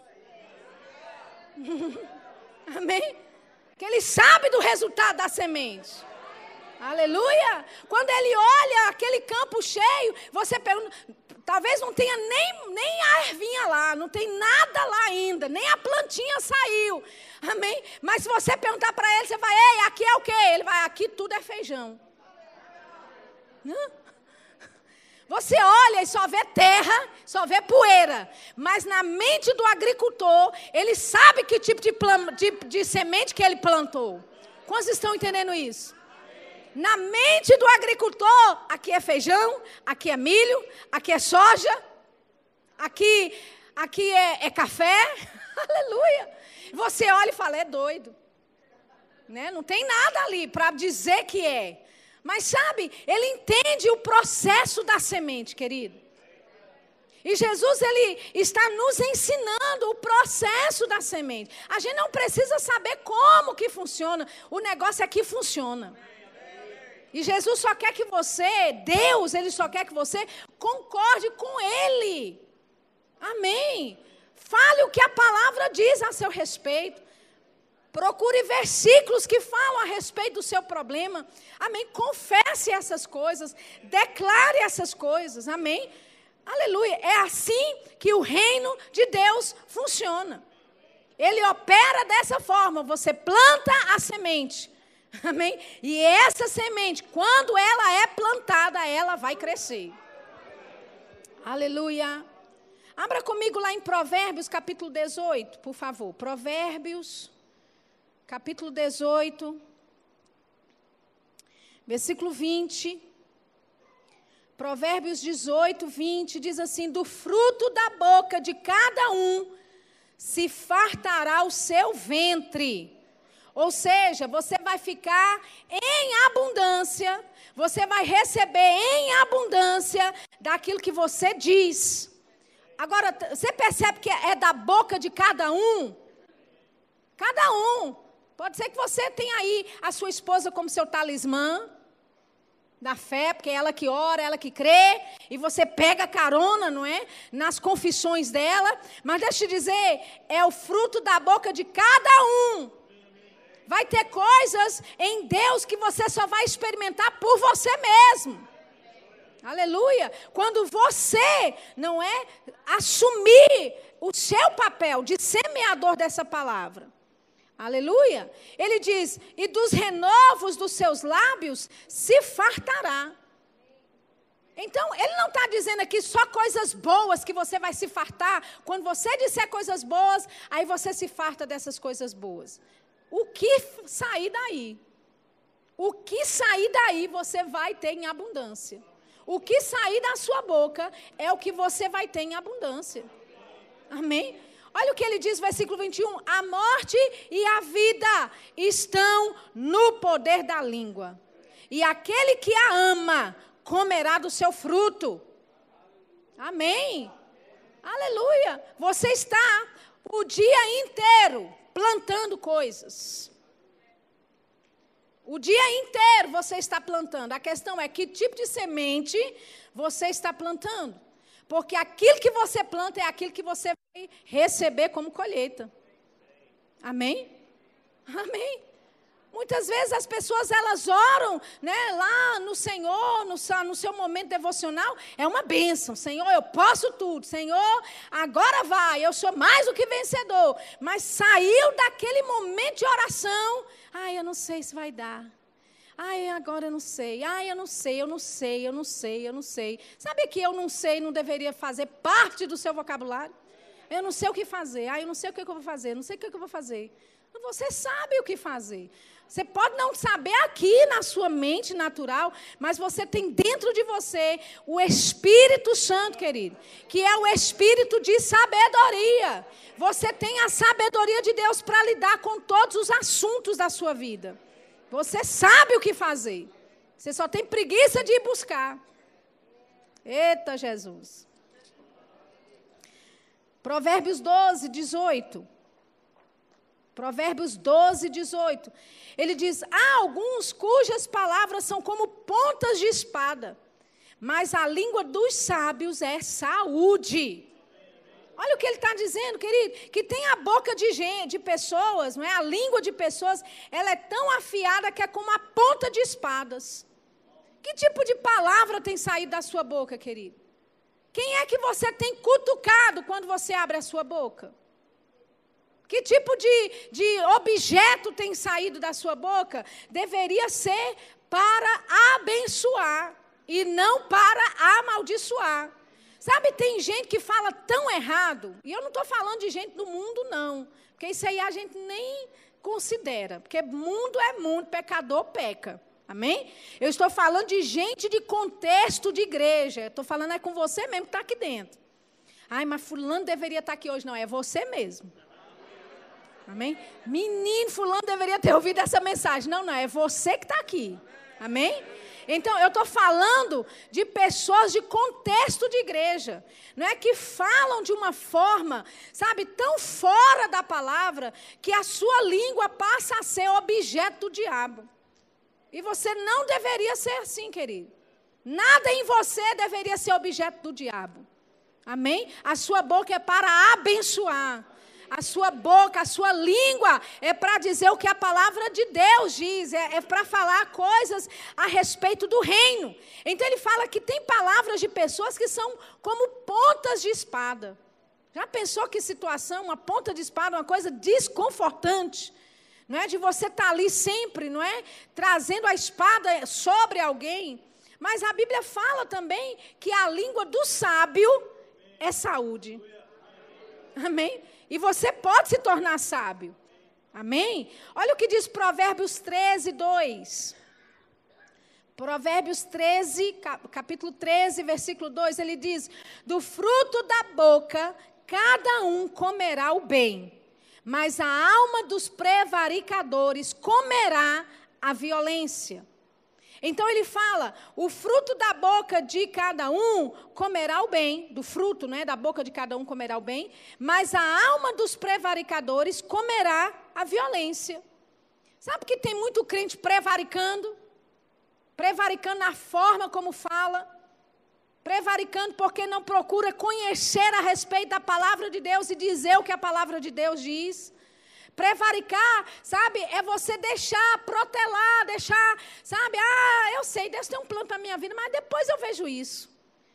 Amém? Porque ele sabe do resultado da semente. Aleluia! Quando ele olha aquele campo cheio, você pergunta, talvez não tenha nem, nem a ervinha lá, não tem nada lá ainda, nem a plantinha saiu. Amém? Mas se você perguntar para ele, você vai, ei, aqui é o quê? Ele vai, aqui tudo é feijão. Hã? Você olha e só vê terra, só vê poeira. Mas na mente do agricultor, ele sabe que tipo de, plan- de, de semente que ele plantou. Quantos estão entendendo isso? Na mente do agricultor, aqui é feijão, aqui é milho, aqui é soja, aqui, aqui é, é café. Aleluia. Você olha e fala, é doido. Né? Não tem nada ali para dizer que é. Mas sabe, ele entende o processo da semente, querido. E Jesus, ele está nos ensinando o processo da semente. A gente não precisa saber como que funciona. O negócio é que funciona. E Jesus só quer que você, Deus, ele só quer que você concorde com ele. Amém. Fale o que a palavra diz a seu respeito. Procure versículos que falam a respeito do seu problema. Amém. Confesse essas coisas. Declare essas coisas. Amém. Aleluia. É assim que o reino de Deus funciona. Ele opera dessa forma. Você planta a semente. Amém? E essa semente, quando ela é plantada, ela vai crescer. Aleluia. Abra comigo lá em Provérbios, capítulo dezoito, por favor. Provérbios, capítulo dezoito, versículo vinte. Provérbios dezoito, vinte, diz assim, do fruto da boca de cada um se fartará o seu ventre. Ou seja, você vai ficar em abundância, você vai receber em abundância daquilo que você diz. Agora, você percebe que é da boca de cada um? Cada um. Pode ser que você tenha aí a sua esposa como seu talismã da fé, porque é ela que ora, ela que crê, e você pega carona, não é? Nas confissões dela. Mas deixa eu te dizer, é o fruto da boca de cada um. Vai ter coisas em Deus que você só vai experimentar por você mesmo. Aleluia. Quando você, não é, assumir o seu papel de semeador dessa palavra. Aleluia. Ele diz, e dos renovos dos seus lábios se fartará. Então, ele não está dizendo aqui só coisas boas que você vai se fartar. Quando você disser coisas boas, aí você se farta dessas coisas boas. O que sair daí? O que sair daí você vai ter em abundância. O que sair da sua boca é o que você vai ter em abundância. Amém? Olha o que ele diz, versículo vinte e um. A morte e a vida estão no poder da língua. E aquele que a ama comerá do seu fruto. Amém? Aleluia. Você está o dia inteiro plantando coisas. O dia inteiro você está plantando. A questão é que tipo de semente você está plantando. Porque aquilo que você planta é aquilo que você vai receber como colheita. Amém? Amém? Muitas vezes as pessoas, elas oram, né, lá no Senhor, no, no seu momento devocional, é uma bênção. Senhor, eu posso tudo. Senhor, agora vai, eu sou mais do que vencedor. Mas saiu daquele momento de oração, ai, eu não sei se vai dar. Ai, agora eu não sei. Ai, eu não sei, eu não sei, eu não sei, eu não sei. Sabe que eu não sei não deveria fazer parte do seu vocabulário? Eu não sei o que fazer. Ai, eu não sei o que eu vou fazer, eu não sei o que eu vou fazer. Você sabe o que fazer. Você pode não saber aqui na sua mente natural, mas você tem dentro de você o Espírito Santo, querido, que é o Espírito de sabedoria. Você tem a sabedoria de Deus para lidar com todos os assuntos da sua vida. Você sabe o que fazer. Você só tem preguiça de ir buscar. Eita, Jesus. Provérbios doze, dezoito. Provérbios doze, dezoito. Ele diz, há alguns cujas palavras são como pontas de espada, mas a língua dos sábios é saúde. Olha o que ele está dizendo, querido, que tem a boca de gente, de pessoas, não é? A língua de pessoas, ela é tão afiada que é como a ponta de espadas. Que tipo de palavra tem saído da sua boca, querido? Quem é que você tem cutucado quando você abre a sua boca? Que tipo de, de objeto tem saído da sua boca? Deveria ser para abençoar e não para amaldiçoar. Sabe, tem gente que fala tão errado, e eu não estou falando de gente do mundo, não, porque isso aí a gente nem considera, porque mundo é mundo, pecador peca, amém? Eu estou falando de gente de contexto de igreja, estou falando é com você mesmo que está aqui dentro. Ai, mas fulano deveria estar aqui hoje, não, é você mesmo. Amém? Menino, fulano deveria ter ouvido essa mensagem. Não, não, é você que está aqui. Amém? Então, eu estou falando de pessoas de contexto de igreja. Não é que falam de uma forma, sabe, tão fora da palavra, que a sua língua passa a ser objeto do diabo. E você não deveria ser assim, querido. Nada em você deveria ser objeto do diabo. Amém? A sua boca é para abençoar. A sua boca, a sua língua é para dizer o que a palavra de Deus diz, é, é para falar coisas a respeito do reino. Então ele fala que tem palavras de pessoas que são como pontas de espada. Já pensou que situação, uma ponta de espada, uma coisa desconfortante, não é? De você estar ali sempre, não é? Trazendo a espada sobre alguém. Mas a Bíblia fala também que a língua do sábio é saúde. Amém? E você pode se tornar sábio. Amém? Olha o que diz Provérbios treze, dois. Provérbios treze, capítulo treze, versículo dois, ele diz, do fruto da boca cada um comerá o bem, mas a alma dos prevaricadores comerá a violência. Então ele fala, o fruto da boca de cada um comerá o bem, do fruto, né, da boca de cada um comerá o bem, mas a alma dos prevaricadores comerá a violência. Sabe que tem muito crente prevaricando? Prevaricando na forma como fala, prevaricando porque não procura conhecer a respeito da palavra de Deus e dizer o que a palavra de Deus diz. Prevaricar, sabe, é você deixar protelar, deixar, sabe, ah, eu sei, Deus tem um plano para a minha vida, mas depois eu vejo isso.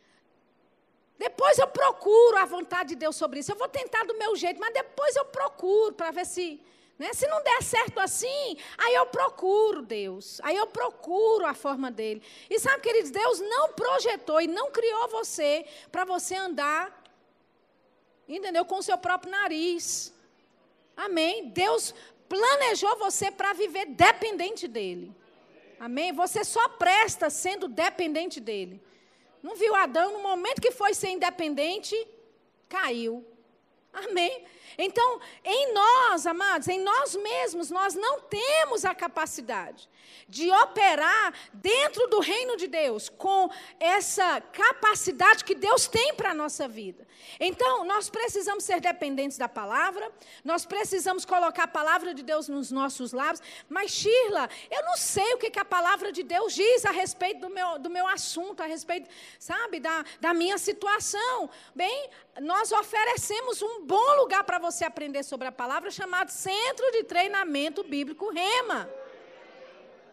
Depois eu procuro a vontade de Deus sobre isso. Eu vou tentar do meu jeito, mas depois eu procuro para ver se, né, se não der certo assim, aí eu procuro Deus, aí eu procuro a forma dele. E sabe, queridos, Deus não projetou e não criou você para você andar, entendeu, com o seu próprio nariz. Amém? Deus planejou você para viver dependente dele. Amém? Você só presta sendo dependente dele. Não viu Adão, no momento que foi ser independente, caiu. Amém? Então, em nós, amados, em nós mesmos, nós não temos a capacidade de operar dentro do reino de Deus, com essa capacidade que Deus tem para a nossa vida. Então, nós precisamos ser dependentes da palavra, nós precisamos colocar a palavra de Deus nos nossos lábios, mas, Shirla, eu não sei o que, que a palavra de Deus diz a respeito do meu, do meu assunto, a respeito, sabe, da, da minha situação. Bem, nós oferecemos um bom lugar para você aprender sobre a palavra, chamado Centro de Treinamento Bíblico Rema.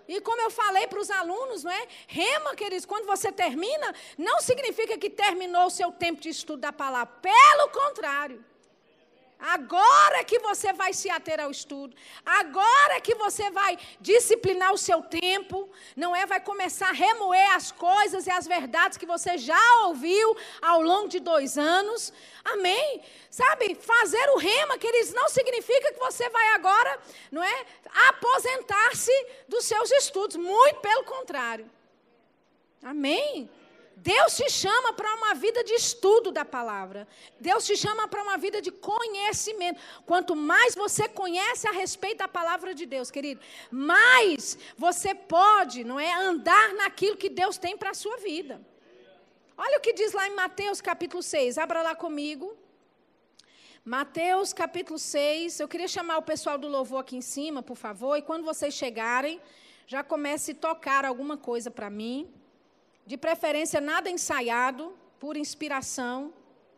E como eu falei para os alunos, não é? Rema, queridos, quando você termina, não significa que terminou o seu tempo de estudo da palavra. Pelo contrário. Agora que você vai se ater ao estudo, agora que você vai disciplinar o seu tempo, não é? Vai começar a remoer as coisas e as verdades que você já ouviu ao longo de dois anos. Amém? Sabe, fazer o rema, queridos, não significa que você vai agora, não é? Aposentar-se dos seus estudos, muito pelo contrário. Amém? Deus te chama para uma vida de estudo da palavra. Deus te chama para uma vida de conhecimento. Quanto mais você conhece a respeito da palavra de Deus, querido, mais você pode, não é, andar naquilo que Deus tem para a sua vida. Olha o que diz lá em Mateus capítulo seis. Abra lá comigo. Mateus capítulo seis. Eu queria chamar o pessoal do louvor aqui em cima, por favor. E quando vocês chegarem, já comece a tocar alguma coisa para mim. De preferência, nada ensaiado, por inspiração.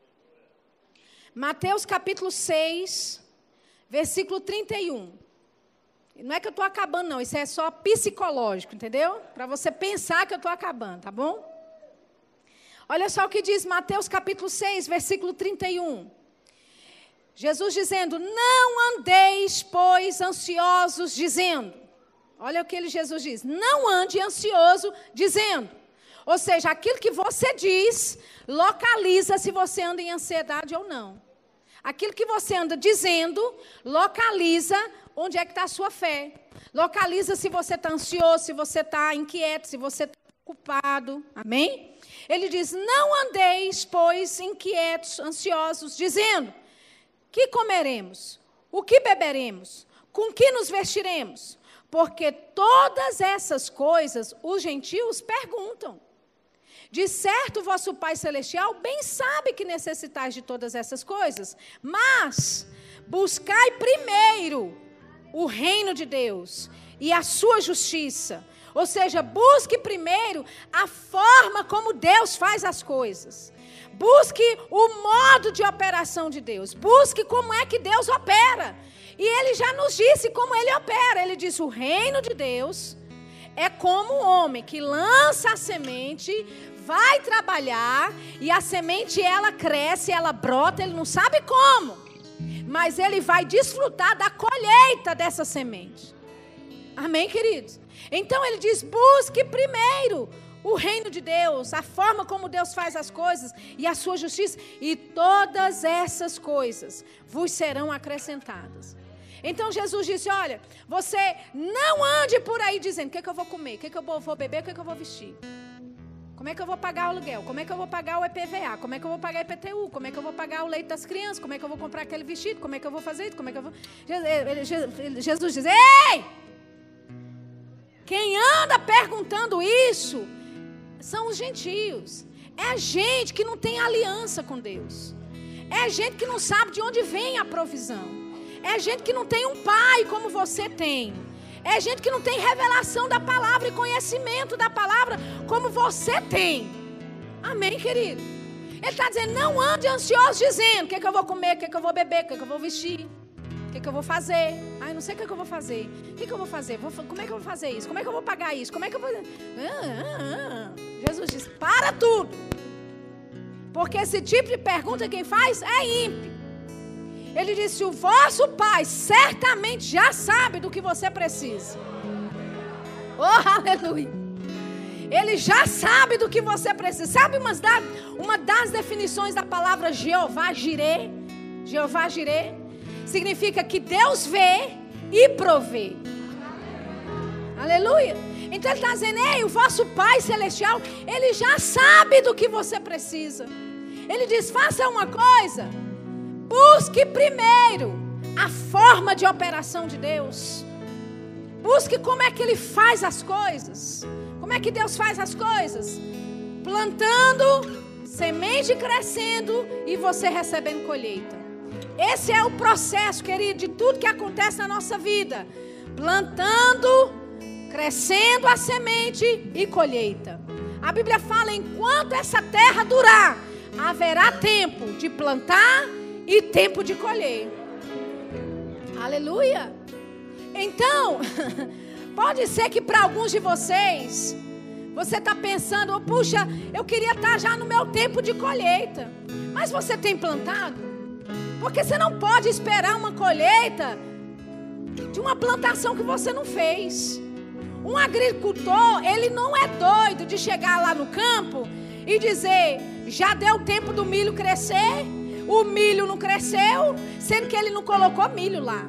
Mateus capítulo seis, versículo trinta e um. Não é que eu estou acabando, não. Isso é só psicológico, entendeu? Para você pensar que eu estou acabando, tá bom? Olha só o que diz Mateus capítulo seis, versículo trinta e um. Jesus dizendo, não andeis, pois, ansiosos, dizendo. Olha o que ele, Jesus diz. Não ande ansioso, dizendo. Ou seja, aquilo que você diz, localiza se você anda em ansiedade ou não. Aquilo que você anda dizendo, localiza onde é que está a sua fé. Localiza se você está ansioso, se você está inquieto, se você está preocupado. Amém? Ele diz, não andeis, pois, inquietos, ansiosos, dizendo, que comeremos? O que beberemos? Com que nos vestiremos? Porque todas essas coisas os gentios perguntam. De certo, vosso Pai Celestial bem sabe que necessitais de todas essas coisas. Mas buscai primeiro o reino de Deus e a sua justiça. Ou seja, busque primeiro a forma como Deus faz as coisas. Busque o modo de operação de Deus. Busque como é que Deus opera. E ele já nos disse como ele opera. Ele diz, o reino de Deus é como um homem que lança a semente, vai trabalhar, e a semente ela cresce, ela brota, ele não sabe como. Mas ele vai desfrutar da colheita dessa semente. Amém, queridos? Então ele diz, busque primeiro o reino de Deus, a forma como Deus faz as coisas e a sua justiça, e todas essas coisas vos serão acrescentadas. Então Jesus disse, olha, você não ande por aí dizendo, o que, é que eu vou comer, o que, é que eu vou beber, o que, é que eu vou vestir. Como é que eu vou pagar o aluguel, como é que eu vou pagar o I P V A, como é que eu vou pagar o I P T U, como é que eu vou pagar o leite das crianças, como é que eu vou comprar aquele vestido, como é que eu vou fazer isso, como é que eu vou... Jesus diz, ei! Quem anda perguntando isso são os gentios. É gente que não tem aliança com Deus. É gente que não sabe de onde vem a provisão. É gente que não tem um pai como você tem. É gente que não tem revelação da palavra e conhecimento da palavra como você tem. Amém, querido? Ele está dizendo, não ande ansioso dizendo, o que, é que eu vou comer, o que, é que eu vou beber, o que, é que eu vou vestir, o que, é que eu vou fazer. Ai, não sei o que, é que eu vou fazer. O que, é que eu vou fazer? Vou, como é que eu vou fazer isso? Como é que eu vou pagar isso? Como é que eu vou... Ah, ah, ah. Jesus diz, para tudo. Porque esse tipo de pergunta quem faz é ímpio. Ele disse, o vosso Pai certamente já sabe do que você precisa. Oh, aleluia. Ele já sabe do que você precisa. Sabe uma das, uma das definições da palavra Jeová Jireh? Jeová Jireh significa que Deus vê e provê. Aleluia. Então ele está dizendo, ei, o vosso Pai Celestial, Ele já sabe do que você precisa. Ele diz, faça uma coisa. Busque primeiro a forma de operação de Deus. Busque como é que Ele faz as coisas. Como é que Deus faz as coisas? Plantando, semente crescendo e você recebendo colheita. Esse é o processo, querido, de tudo que acontece na nossa vida. Plantando, crescendo a semente e colheita. A Bíblia fala, enquanto essa terra durar, haverá tempo de plantar e tempo de colher. Aleluia. Então, Pode ser que para alguns de vocês, você está pensando, oh, puxa, eu queria estar já no meu tempo de colheita. Mas você tem plantado? Porque você não pode esperar uma colheita de uma plantação que você não fez. Um agricultor, ele não é doido de chegar lá no campo e dizer, já deu tempo do milho crescer, o milho não cresceu, sendo que ele não colocou milho lá.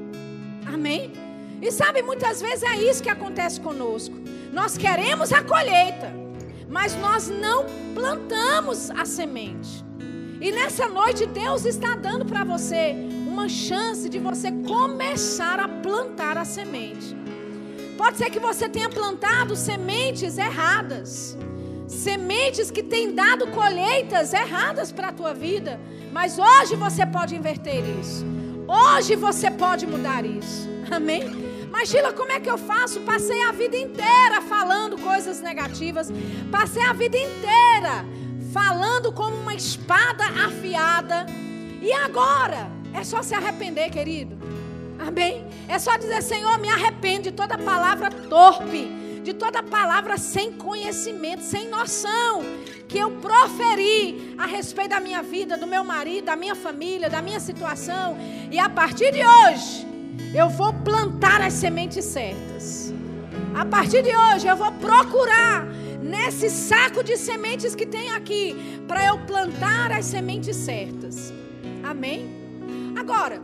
Amém? E sabe, muitas vezes é isso que acontece conosco. Nós queremos a colheita, mas nós não plantamos a semente. E nessa noite Deus está dando para você uma chance de você começar a plantar a semente. Pode ser que você tenha plantado sementes erradas, sementes que têm dado colheitas erradas para a tua vida, mas hoje você pode inverter isso. Hoje você pode mudar isso. Amém? Mas Sheila, como é que eu faço? Passei a vida inteira falando coisas negativas. Passei a vida inteira falando como uma espada afiada. E agora? É só se arrepender, querido. Amém? É só dizer, Senhor, me arrependo de toda palavra torpe, de toda palavra sem conhecimento, sem noção, que eu proferi a respeito da minha vida, do meu marido, da minha família, da minha situação. E a partir de hoje, eu vou plantar as sementes certas. A partir de hoje eu vou procurar nesse saco de sementes que tem aqui, para eu plantar as sementes certas. Amém? Agora,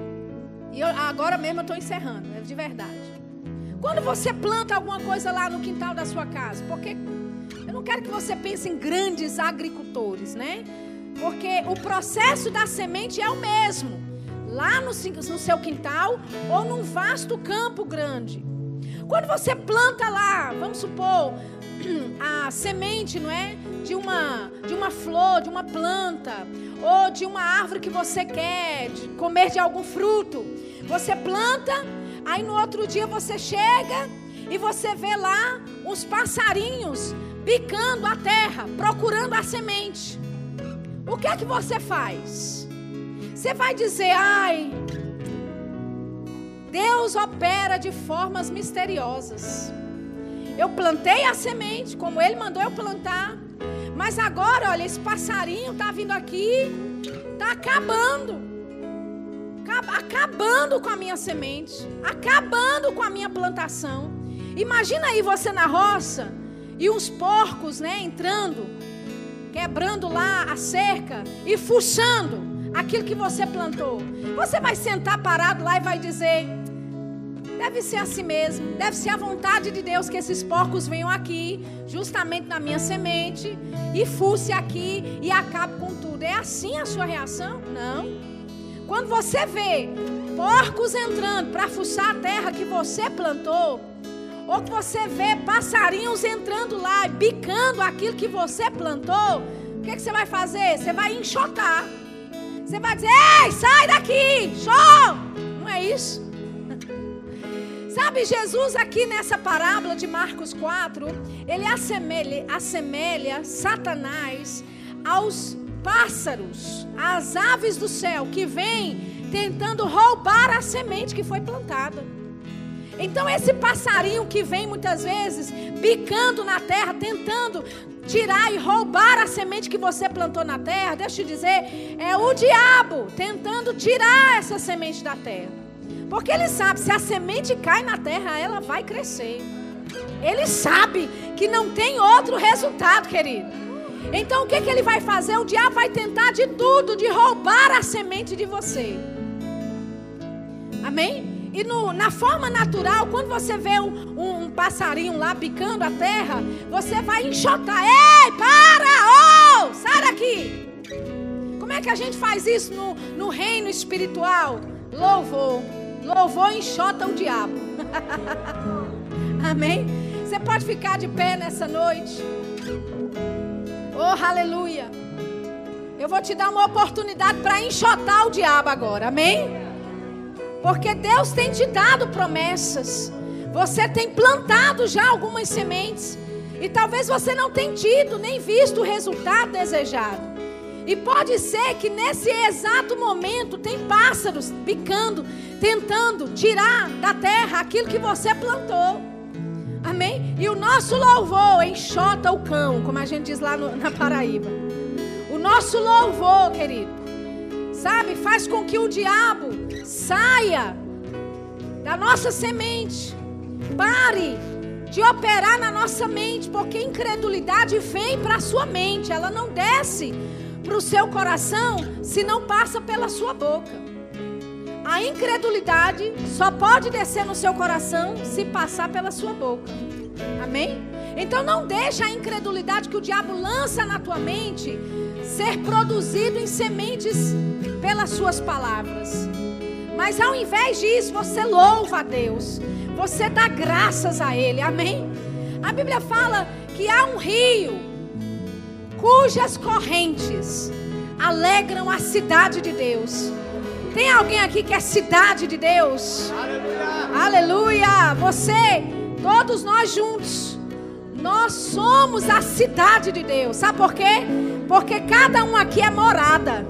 e eu, agora mesmo eu estou encerrando, é de verdade. Quando você planta alguma coisa lá no quintal da sua casa, porque eu não quero que você pense em grandes agricultores, né? Porque o processo da semente é o mesmo. Lá no, no seu quintal ou num vasto campo grande. Quando você planta lá, vamos supor, a semente, não é? De uma, de uma flor, de uma planta, ou de uma árvore que você quer de comer de algum fruto. Você planta, aí no outro dia você chega e você vê lá uns passarinhos bicando a terra, procurando a semente. O que é que você faz? Você vai dizer, ai, Deus opera de formas misteriosas. Eu plantei a semente, como Ele mandou eu plantar. Mas agora, olha, esse passarinho está vindo aqui, está acabando. Acabando com a minha semente. Acabando com a minha plantação. Imagina aí você na roça e uns porcos, né, entrando, quebrando lá a cerca e fuçando aquilo que você plantou. Você vai sentar parado lá e vai dizer, deve ser assim mesmo, deve ser a vontade de Deus que esses porcos venham aqui, justamente na minha semente, e fuce aqui e acabe com tudo. É assim a sua reação? Não. Quando você vê porcos entrando para fuçar a terra que você plantou, ou que você vê passarinhos entrando lá e bicando aquilo que você plantou, o que, que você vai fazer? Você vai enxotar. Você vai dizer, ei, sai daqui, show! Não é isso? Sabe, Jesus aqui nessa parábola de Marcos quatro, ele assemelha, assemelha Satanás aos pássaros, às aves do céu, que vêm tentando roubar a semente que foi plantada. Então esse passarinho que vem muitas vezes bicando na terra, tentando tirar e roubar a semente que você plantou na terra, deixa eu te dizer, é o diabo tentando tirar essa semente da terra. Porque ele sabe, se a semente cai na terra, ela vai crescer. Ele sabe que não tem outro resultado, querido. Então o que, que ele vai fazer? O diabo vai tentar de tudo, de roubar a semente de você. Amém? E no, na forma natural, quando você vê um, um, um passarinho lá picando a terra, você vai enxotar. Ei, para! Oh, sai daqui! Como é que a gente faz isso no, no reino espiritual? Louvor. Louvor enxota o diabo. Amém? Você pode ficar de pé nessa noite. Oh, aleluia. Eu vou te dar uma oportunidade para enxotar o diabo agora. Amém? Porque Deus tem te dado promessas. Você tem plantado já algumas sementes. E talvez você não tenha tido nem visto o resultado desejado. E pode ser que nesse exato momento tem pássaros picando, tentando tirar da terra aquilo que você plantou. Amém? E o nosso louvor enxota o cão, como a gente diz lá no, na Paraíba. O nosso louvor, querido, sabe, faz com que o diabo saia da nossa semente. Pare de operar na nossa mente, porque a incredulidade vem para a sua mente. Ela não desce para o seu coração se não passa pela sua boca. A incredulidade só pode descer no seu coração se passar pela sua boca. Amém? Então não deixa a incredulidade que o diabo lança na tua mente ser produzido em sementes pelas suas palavras. Mas ao invés disso, você louva a Deus. Você dá graças a Ele. Amém? A Bíblia fala que há um rio cujas correntes alegram a cidade de Deus. Tem alguém aqui que é cidade de Deus? Aleluia! Aleluia! Você, todos nós juntos, nós somos a cidade de Deus. Sabe por quê? Porque cada um aqui é morada.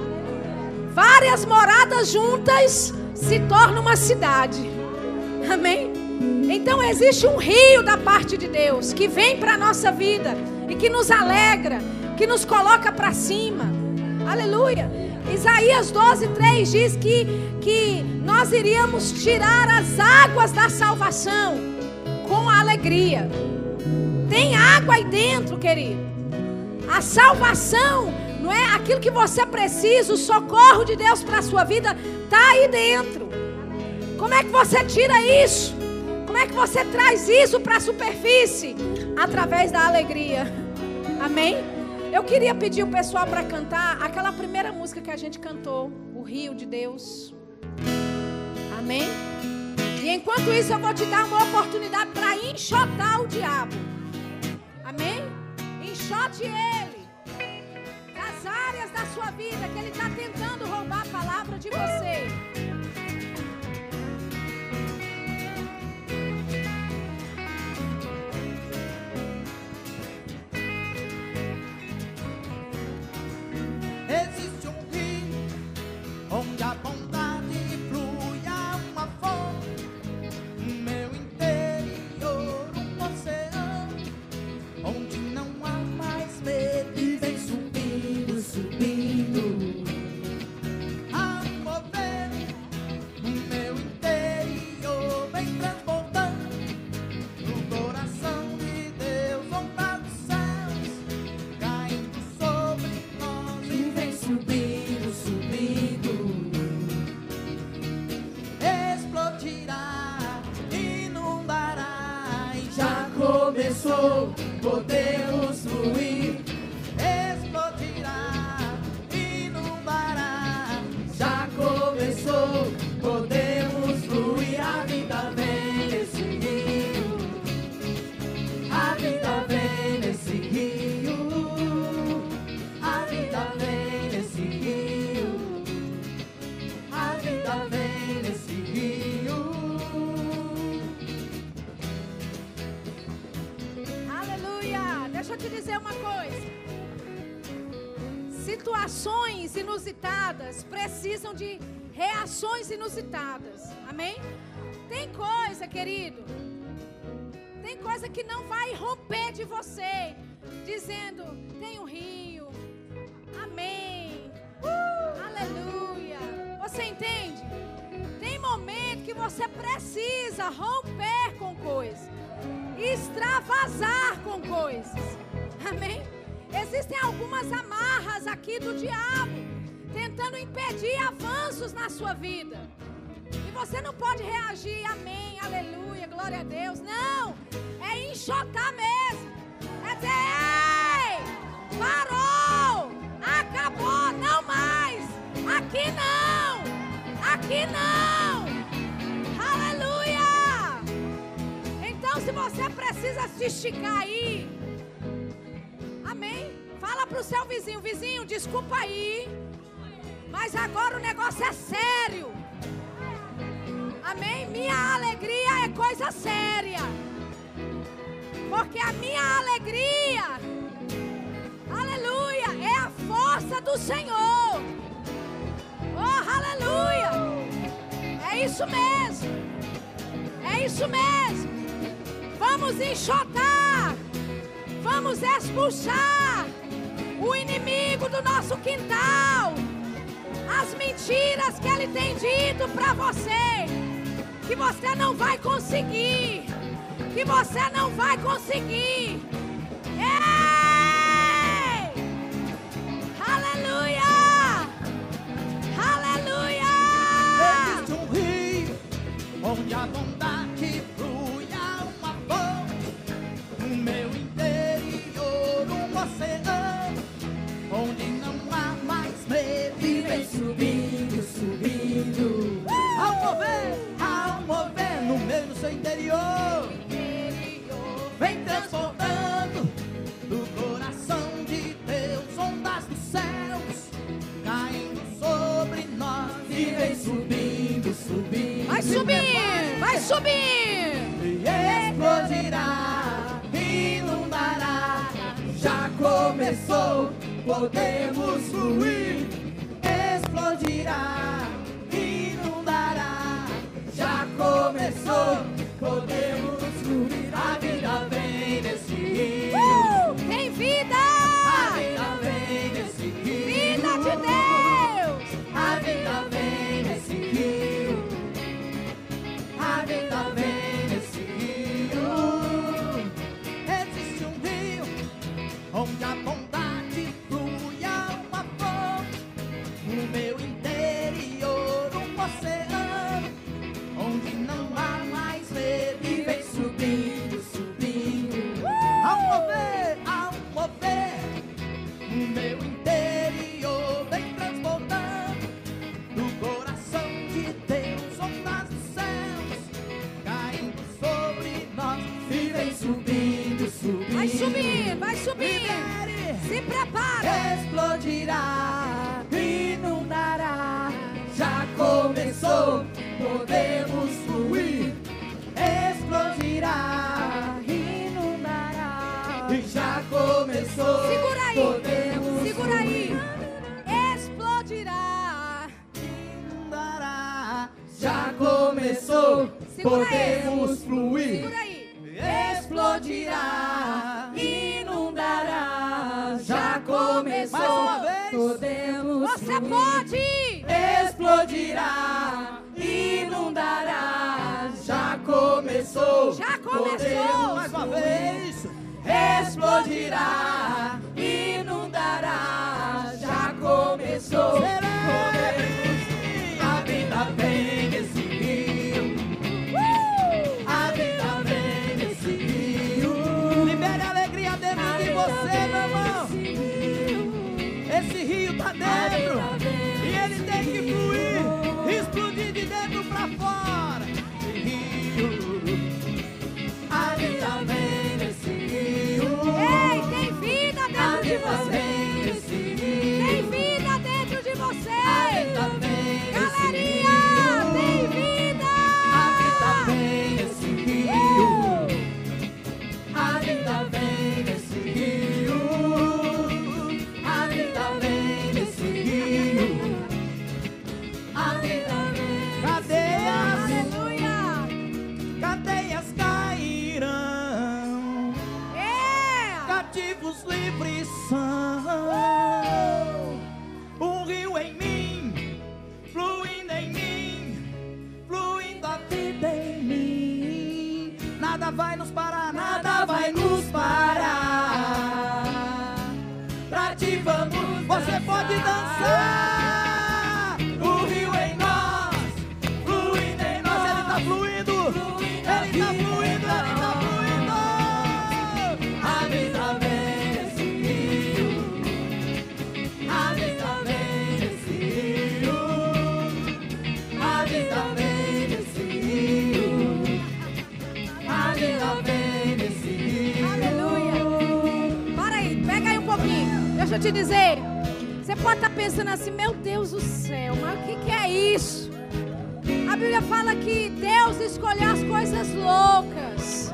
Várias moradas juntas se tornam uma cidade. Amém? Então existe um rio da parte de Deus que vem para a nossa vida e que nos alegra, que nos coloca para cima. Aleluia! Isaías doze, três diz que, que nós iríamos tirar as águas da salvação com alegria. Tem água aí dentro, querido. A salvação não é aquilo que você precisa, o socorro de Deus para a sua vida está aí dentro. Como é que você tira isso? Como é que você traz isso para a superfície? Através da alegria. Amém? Eu queria pedir o pessoal para cantar aquela primeira música que a gente cantou, O Rio de Deus. Amém? E enquanto isso eu vou te dar uma oportunidade para enxotar o diabo. Amém? Enxote ele das áreas da sua vida que ele está tentando roubar a palavra de você. Existe um rio onde a bondade flui a uma fonte. No meu interior um oceano onde não há mais medo e vem subindo, subindo. Há um mover no meu interior vem transbordando no coração de Deus, onda dos céus caindo sobre nós e vem subindo, subindo. Explodirá, inundará e já começou, podemos fluir. Explodirá, inundará, já começou, podemos fluir. A vida vem nesse rio, a vida vem nesse rio, a vida vem nesse rio, a vida vem nesse rio. Aleluia! Deixa eu te dizer uma coisa. Situações inusitadas precisam de reações inusitadas. Amém? Tem coisa, querido, tem coisa que não vai romper de você, dizendo, tem um rio. Amém. Uh, aleluia. Você entende? Tem momento que você precisa romper com coisas, extravasar com coisas. Amém? Existem algumas amarras aqui do diabo tentando impedir avanços na sua vida. E você não pode reagir, amém, aleluia, glória a Deus. Não, é enxotar mesmo. É dizer, ei, parou, acabou, não mais. Aqui não, aqui não. Aleluia. Então se você precisa se esticar aí, amém, fala para o seu vizinho, vizinho, desculpa aí, mas agora o negócio é sério. Amém? Minha alegria é coisa séria. Porque a minha alegria, aleluia, é a força do Senhor. Oh, aleluia. É isso mesmo. É isso mesmo. Vamos enxotar. Vamos expulsar o inimigo do nosso quintal. As mentiras que ele tem dito para você. Que você não vai conseguir. Que você não vai conseguir. Ei! Aleluia! Aleluia! Existe um rio onde a bondade flui a uma fonte. No meu interior um oceano onde não há mais medo. E vem subindo, subindo. Uh! Ao mover, ao mover no meio do seu interior. interior. Vem transbordando do coração de Deus, ondas dos céus caindo sobre nós. E vem subindo, subindo. Vai subir, vai subir. E explodirá, inundará. Já começou, podemos fluir. Explodirá, inundará. Já começou, podemos fluir. A vida vem nesse rio. Uh, tem vida. A vida vem nesse rio. Vida de Deus. A vida vem nesse rio. A vida vem nesse rio. Existe um rio onde a bondade flui a uma fonte. No meu interior um oceano onde não há mais medo. E vem subindo, subindo. Uh! Ao mover, ao mover. No meu interior vem transbordando do coração de Deus, ondas dos céus caindo sobre nós. E vem subindo, subindo. Vai subir, vai subir. Libere. Se prepara. Explodirá, inundará. Já começou, podemos fluir. Explodirá, inundará. E já começou. Segura aí. Podemos Segura aí. fluir. Explodirá. Inundará. Já começou, Segura aí. podemos fluir. Segura aí. Explodirá, inundará. Já começou, Mais uma vez. podemos Você fluir. pode. Explodirá, inundará. Já começou, Já começou. podemos mais uma vez. Explodirá, inundará. Já começou, podemos. A vida vem nesse rio. Uh! A vida vem nesse rio. Libere a alegria dentro de você, meu irmão. Esse rio tá dentro e ele tem que fluir, explodir de dentro pra fora. Esse rio, a vida vem nesse rio. Ei, tem vida A dentro de vida você. vem nesse rio. Tem vida dentro de você. A vida vem nesse Galerinha, rio. tem vida. A vida vem nesse rio. A vida vem nesse rio. A vida vem nesse rio. A vida vem. Cadeias, Aleluia. cadeias cairão. É. Cativos livres são. Um rio em mim, fluindo em mim, fluindo a vida em mim. Nada vai nos parar, nada vai nos parar. Pra ti vamos, você pode dançar. O rio em nós, fluindo em nós. Ele tá fluindo, ele tá fluindo, ele tá fluindo. A vida vem nesse rio. A vida vem nesse rio. A vida vem nesse rio. A vida vem nesse rio. Aleluia. Para aí, pega aí um pouquinho. Deixa eu te dizer. Você pode estar pensando assim, meu Deus do céu, mas o que, que é isso? A Bíblia fala que Deus escolheu as coisas loucas.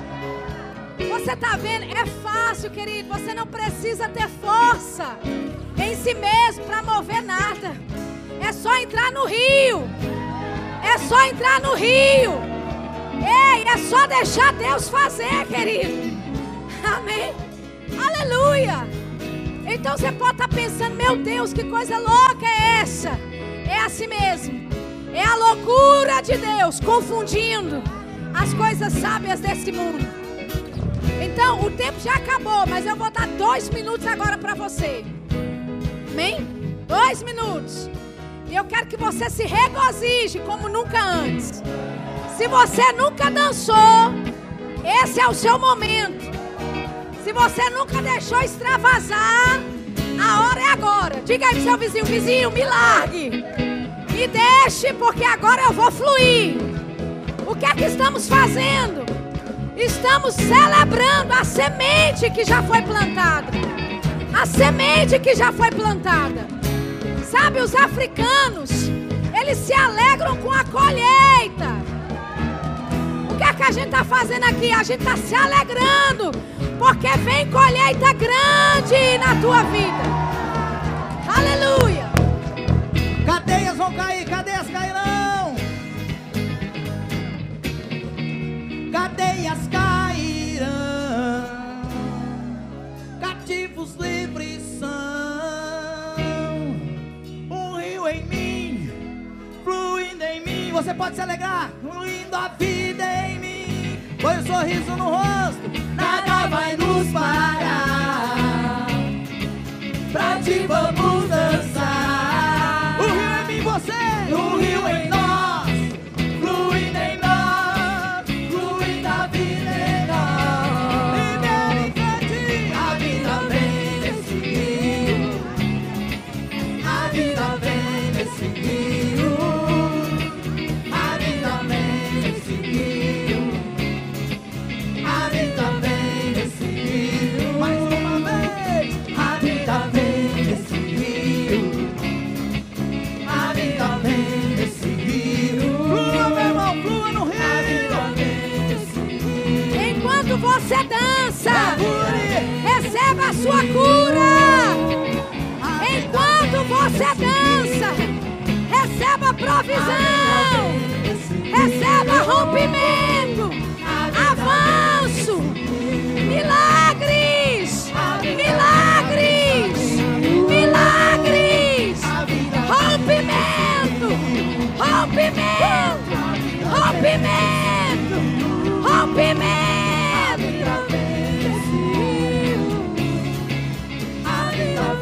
Você está vendo? É fácil, querido. Você não precisa ter força. em si mesmo para mover nada. É só entrar no rio. É só entrar no rio. Ei, é só deixar Deus fazer, querido. Amém. Aleluia. Então você pode estar pensando, meu Deus, que coisa louca é essa? É assim mesmo. É a loucura de Deus confundindo as coisas sábias desse mundo. Então, o tempo já acabou, mas eu vou dar dois minutos agora para você. Amém? Dois minutos. E eu quero que você se regozije como nunca antes. Se você nunca dançou, esse é o seu momento. Se você nunca deixou extravasar, a hora é agora. Diga aí pro seu vizinho, vizinho, me largue. Me deixe, porque agora eu vou fluir. O que é que estamos fazendo? Estamos celebrando a semente que já foi plantada. A semente que já foi plantada. Sabe, os africanos, eles se alegram com a colheita. O que é que a gente está fazendo aqui? A gente está se alegrando, porque vem colheita grande na tua vida. Aleluia. Cadeias vão cair, cadeias cairão. Cadeias cairão. Cativos livres são. Um rio em mim, fluindo em mim. Você pode se alegrar, fluindo a vida em mim. Põe um sorriso no rosto, nada vai nos parar. Pra ti vamos dançar. O rio em mim, você, o rio em nós, fluindo em nós, fluindo a vida em nós. E bem, a vida vem nesse rio. A vida vem nesse rio. A vida vem nesse rio. A vida vem nesse rio. Mais uma vez. A vida vem nesse rio. A vida vem nesse rio. Flua, meu irmão, flua no rio. A vida vem nesse rio. Enquanto você dança, receba a sua cura. Enquanto você dança, receba provisão. Receba rompimento, avanço, milagres, milagres, milagres, rompimento, rompimento, rompimento, rompimento. A vida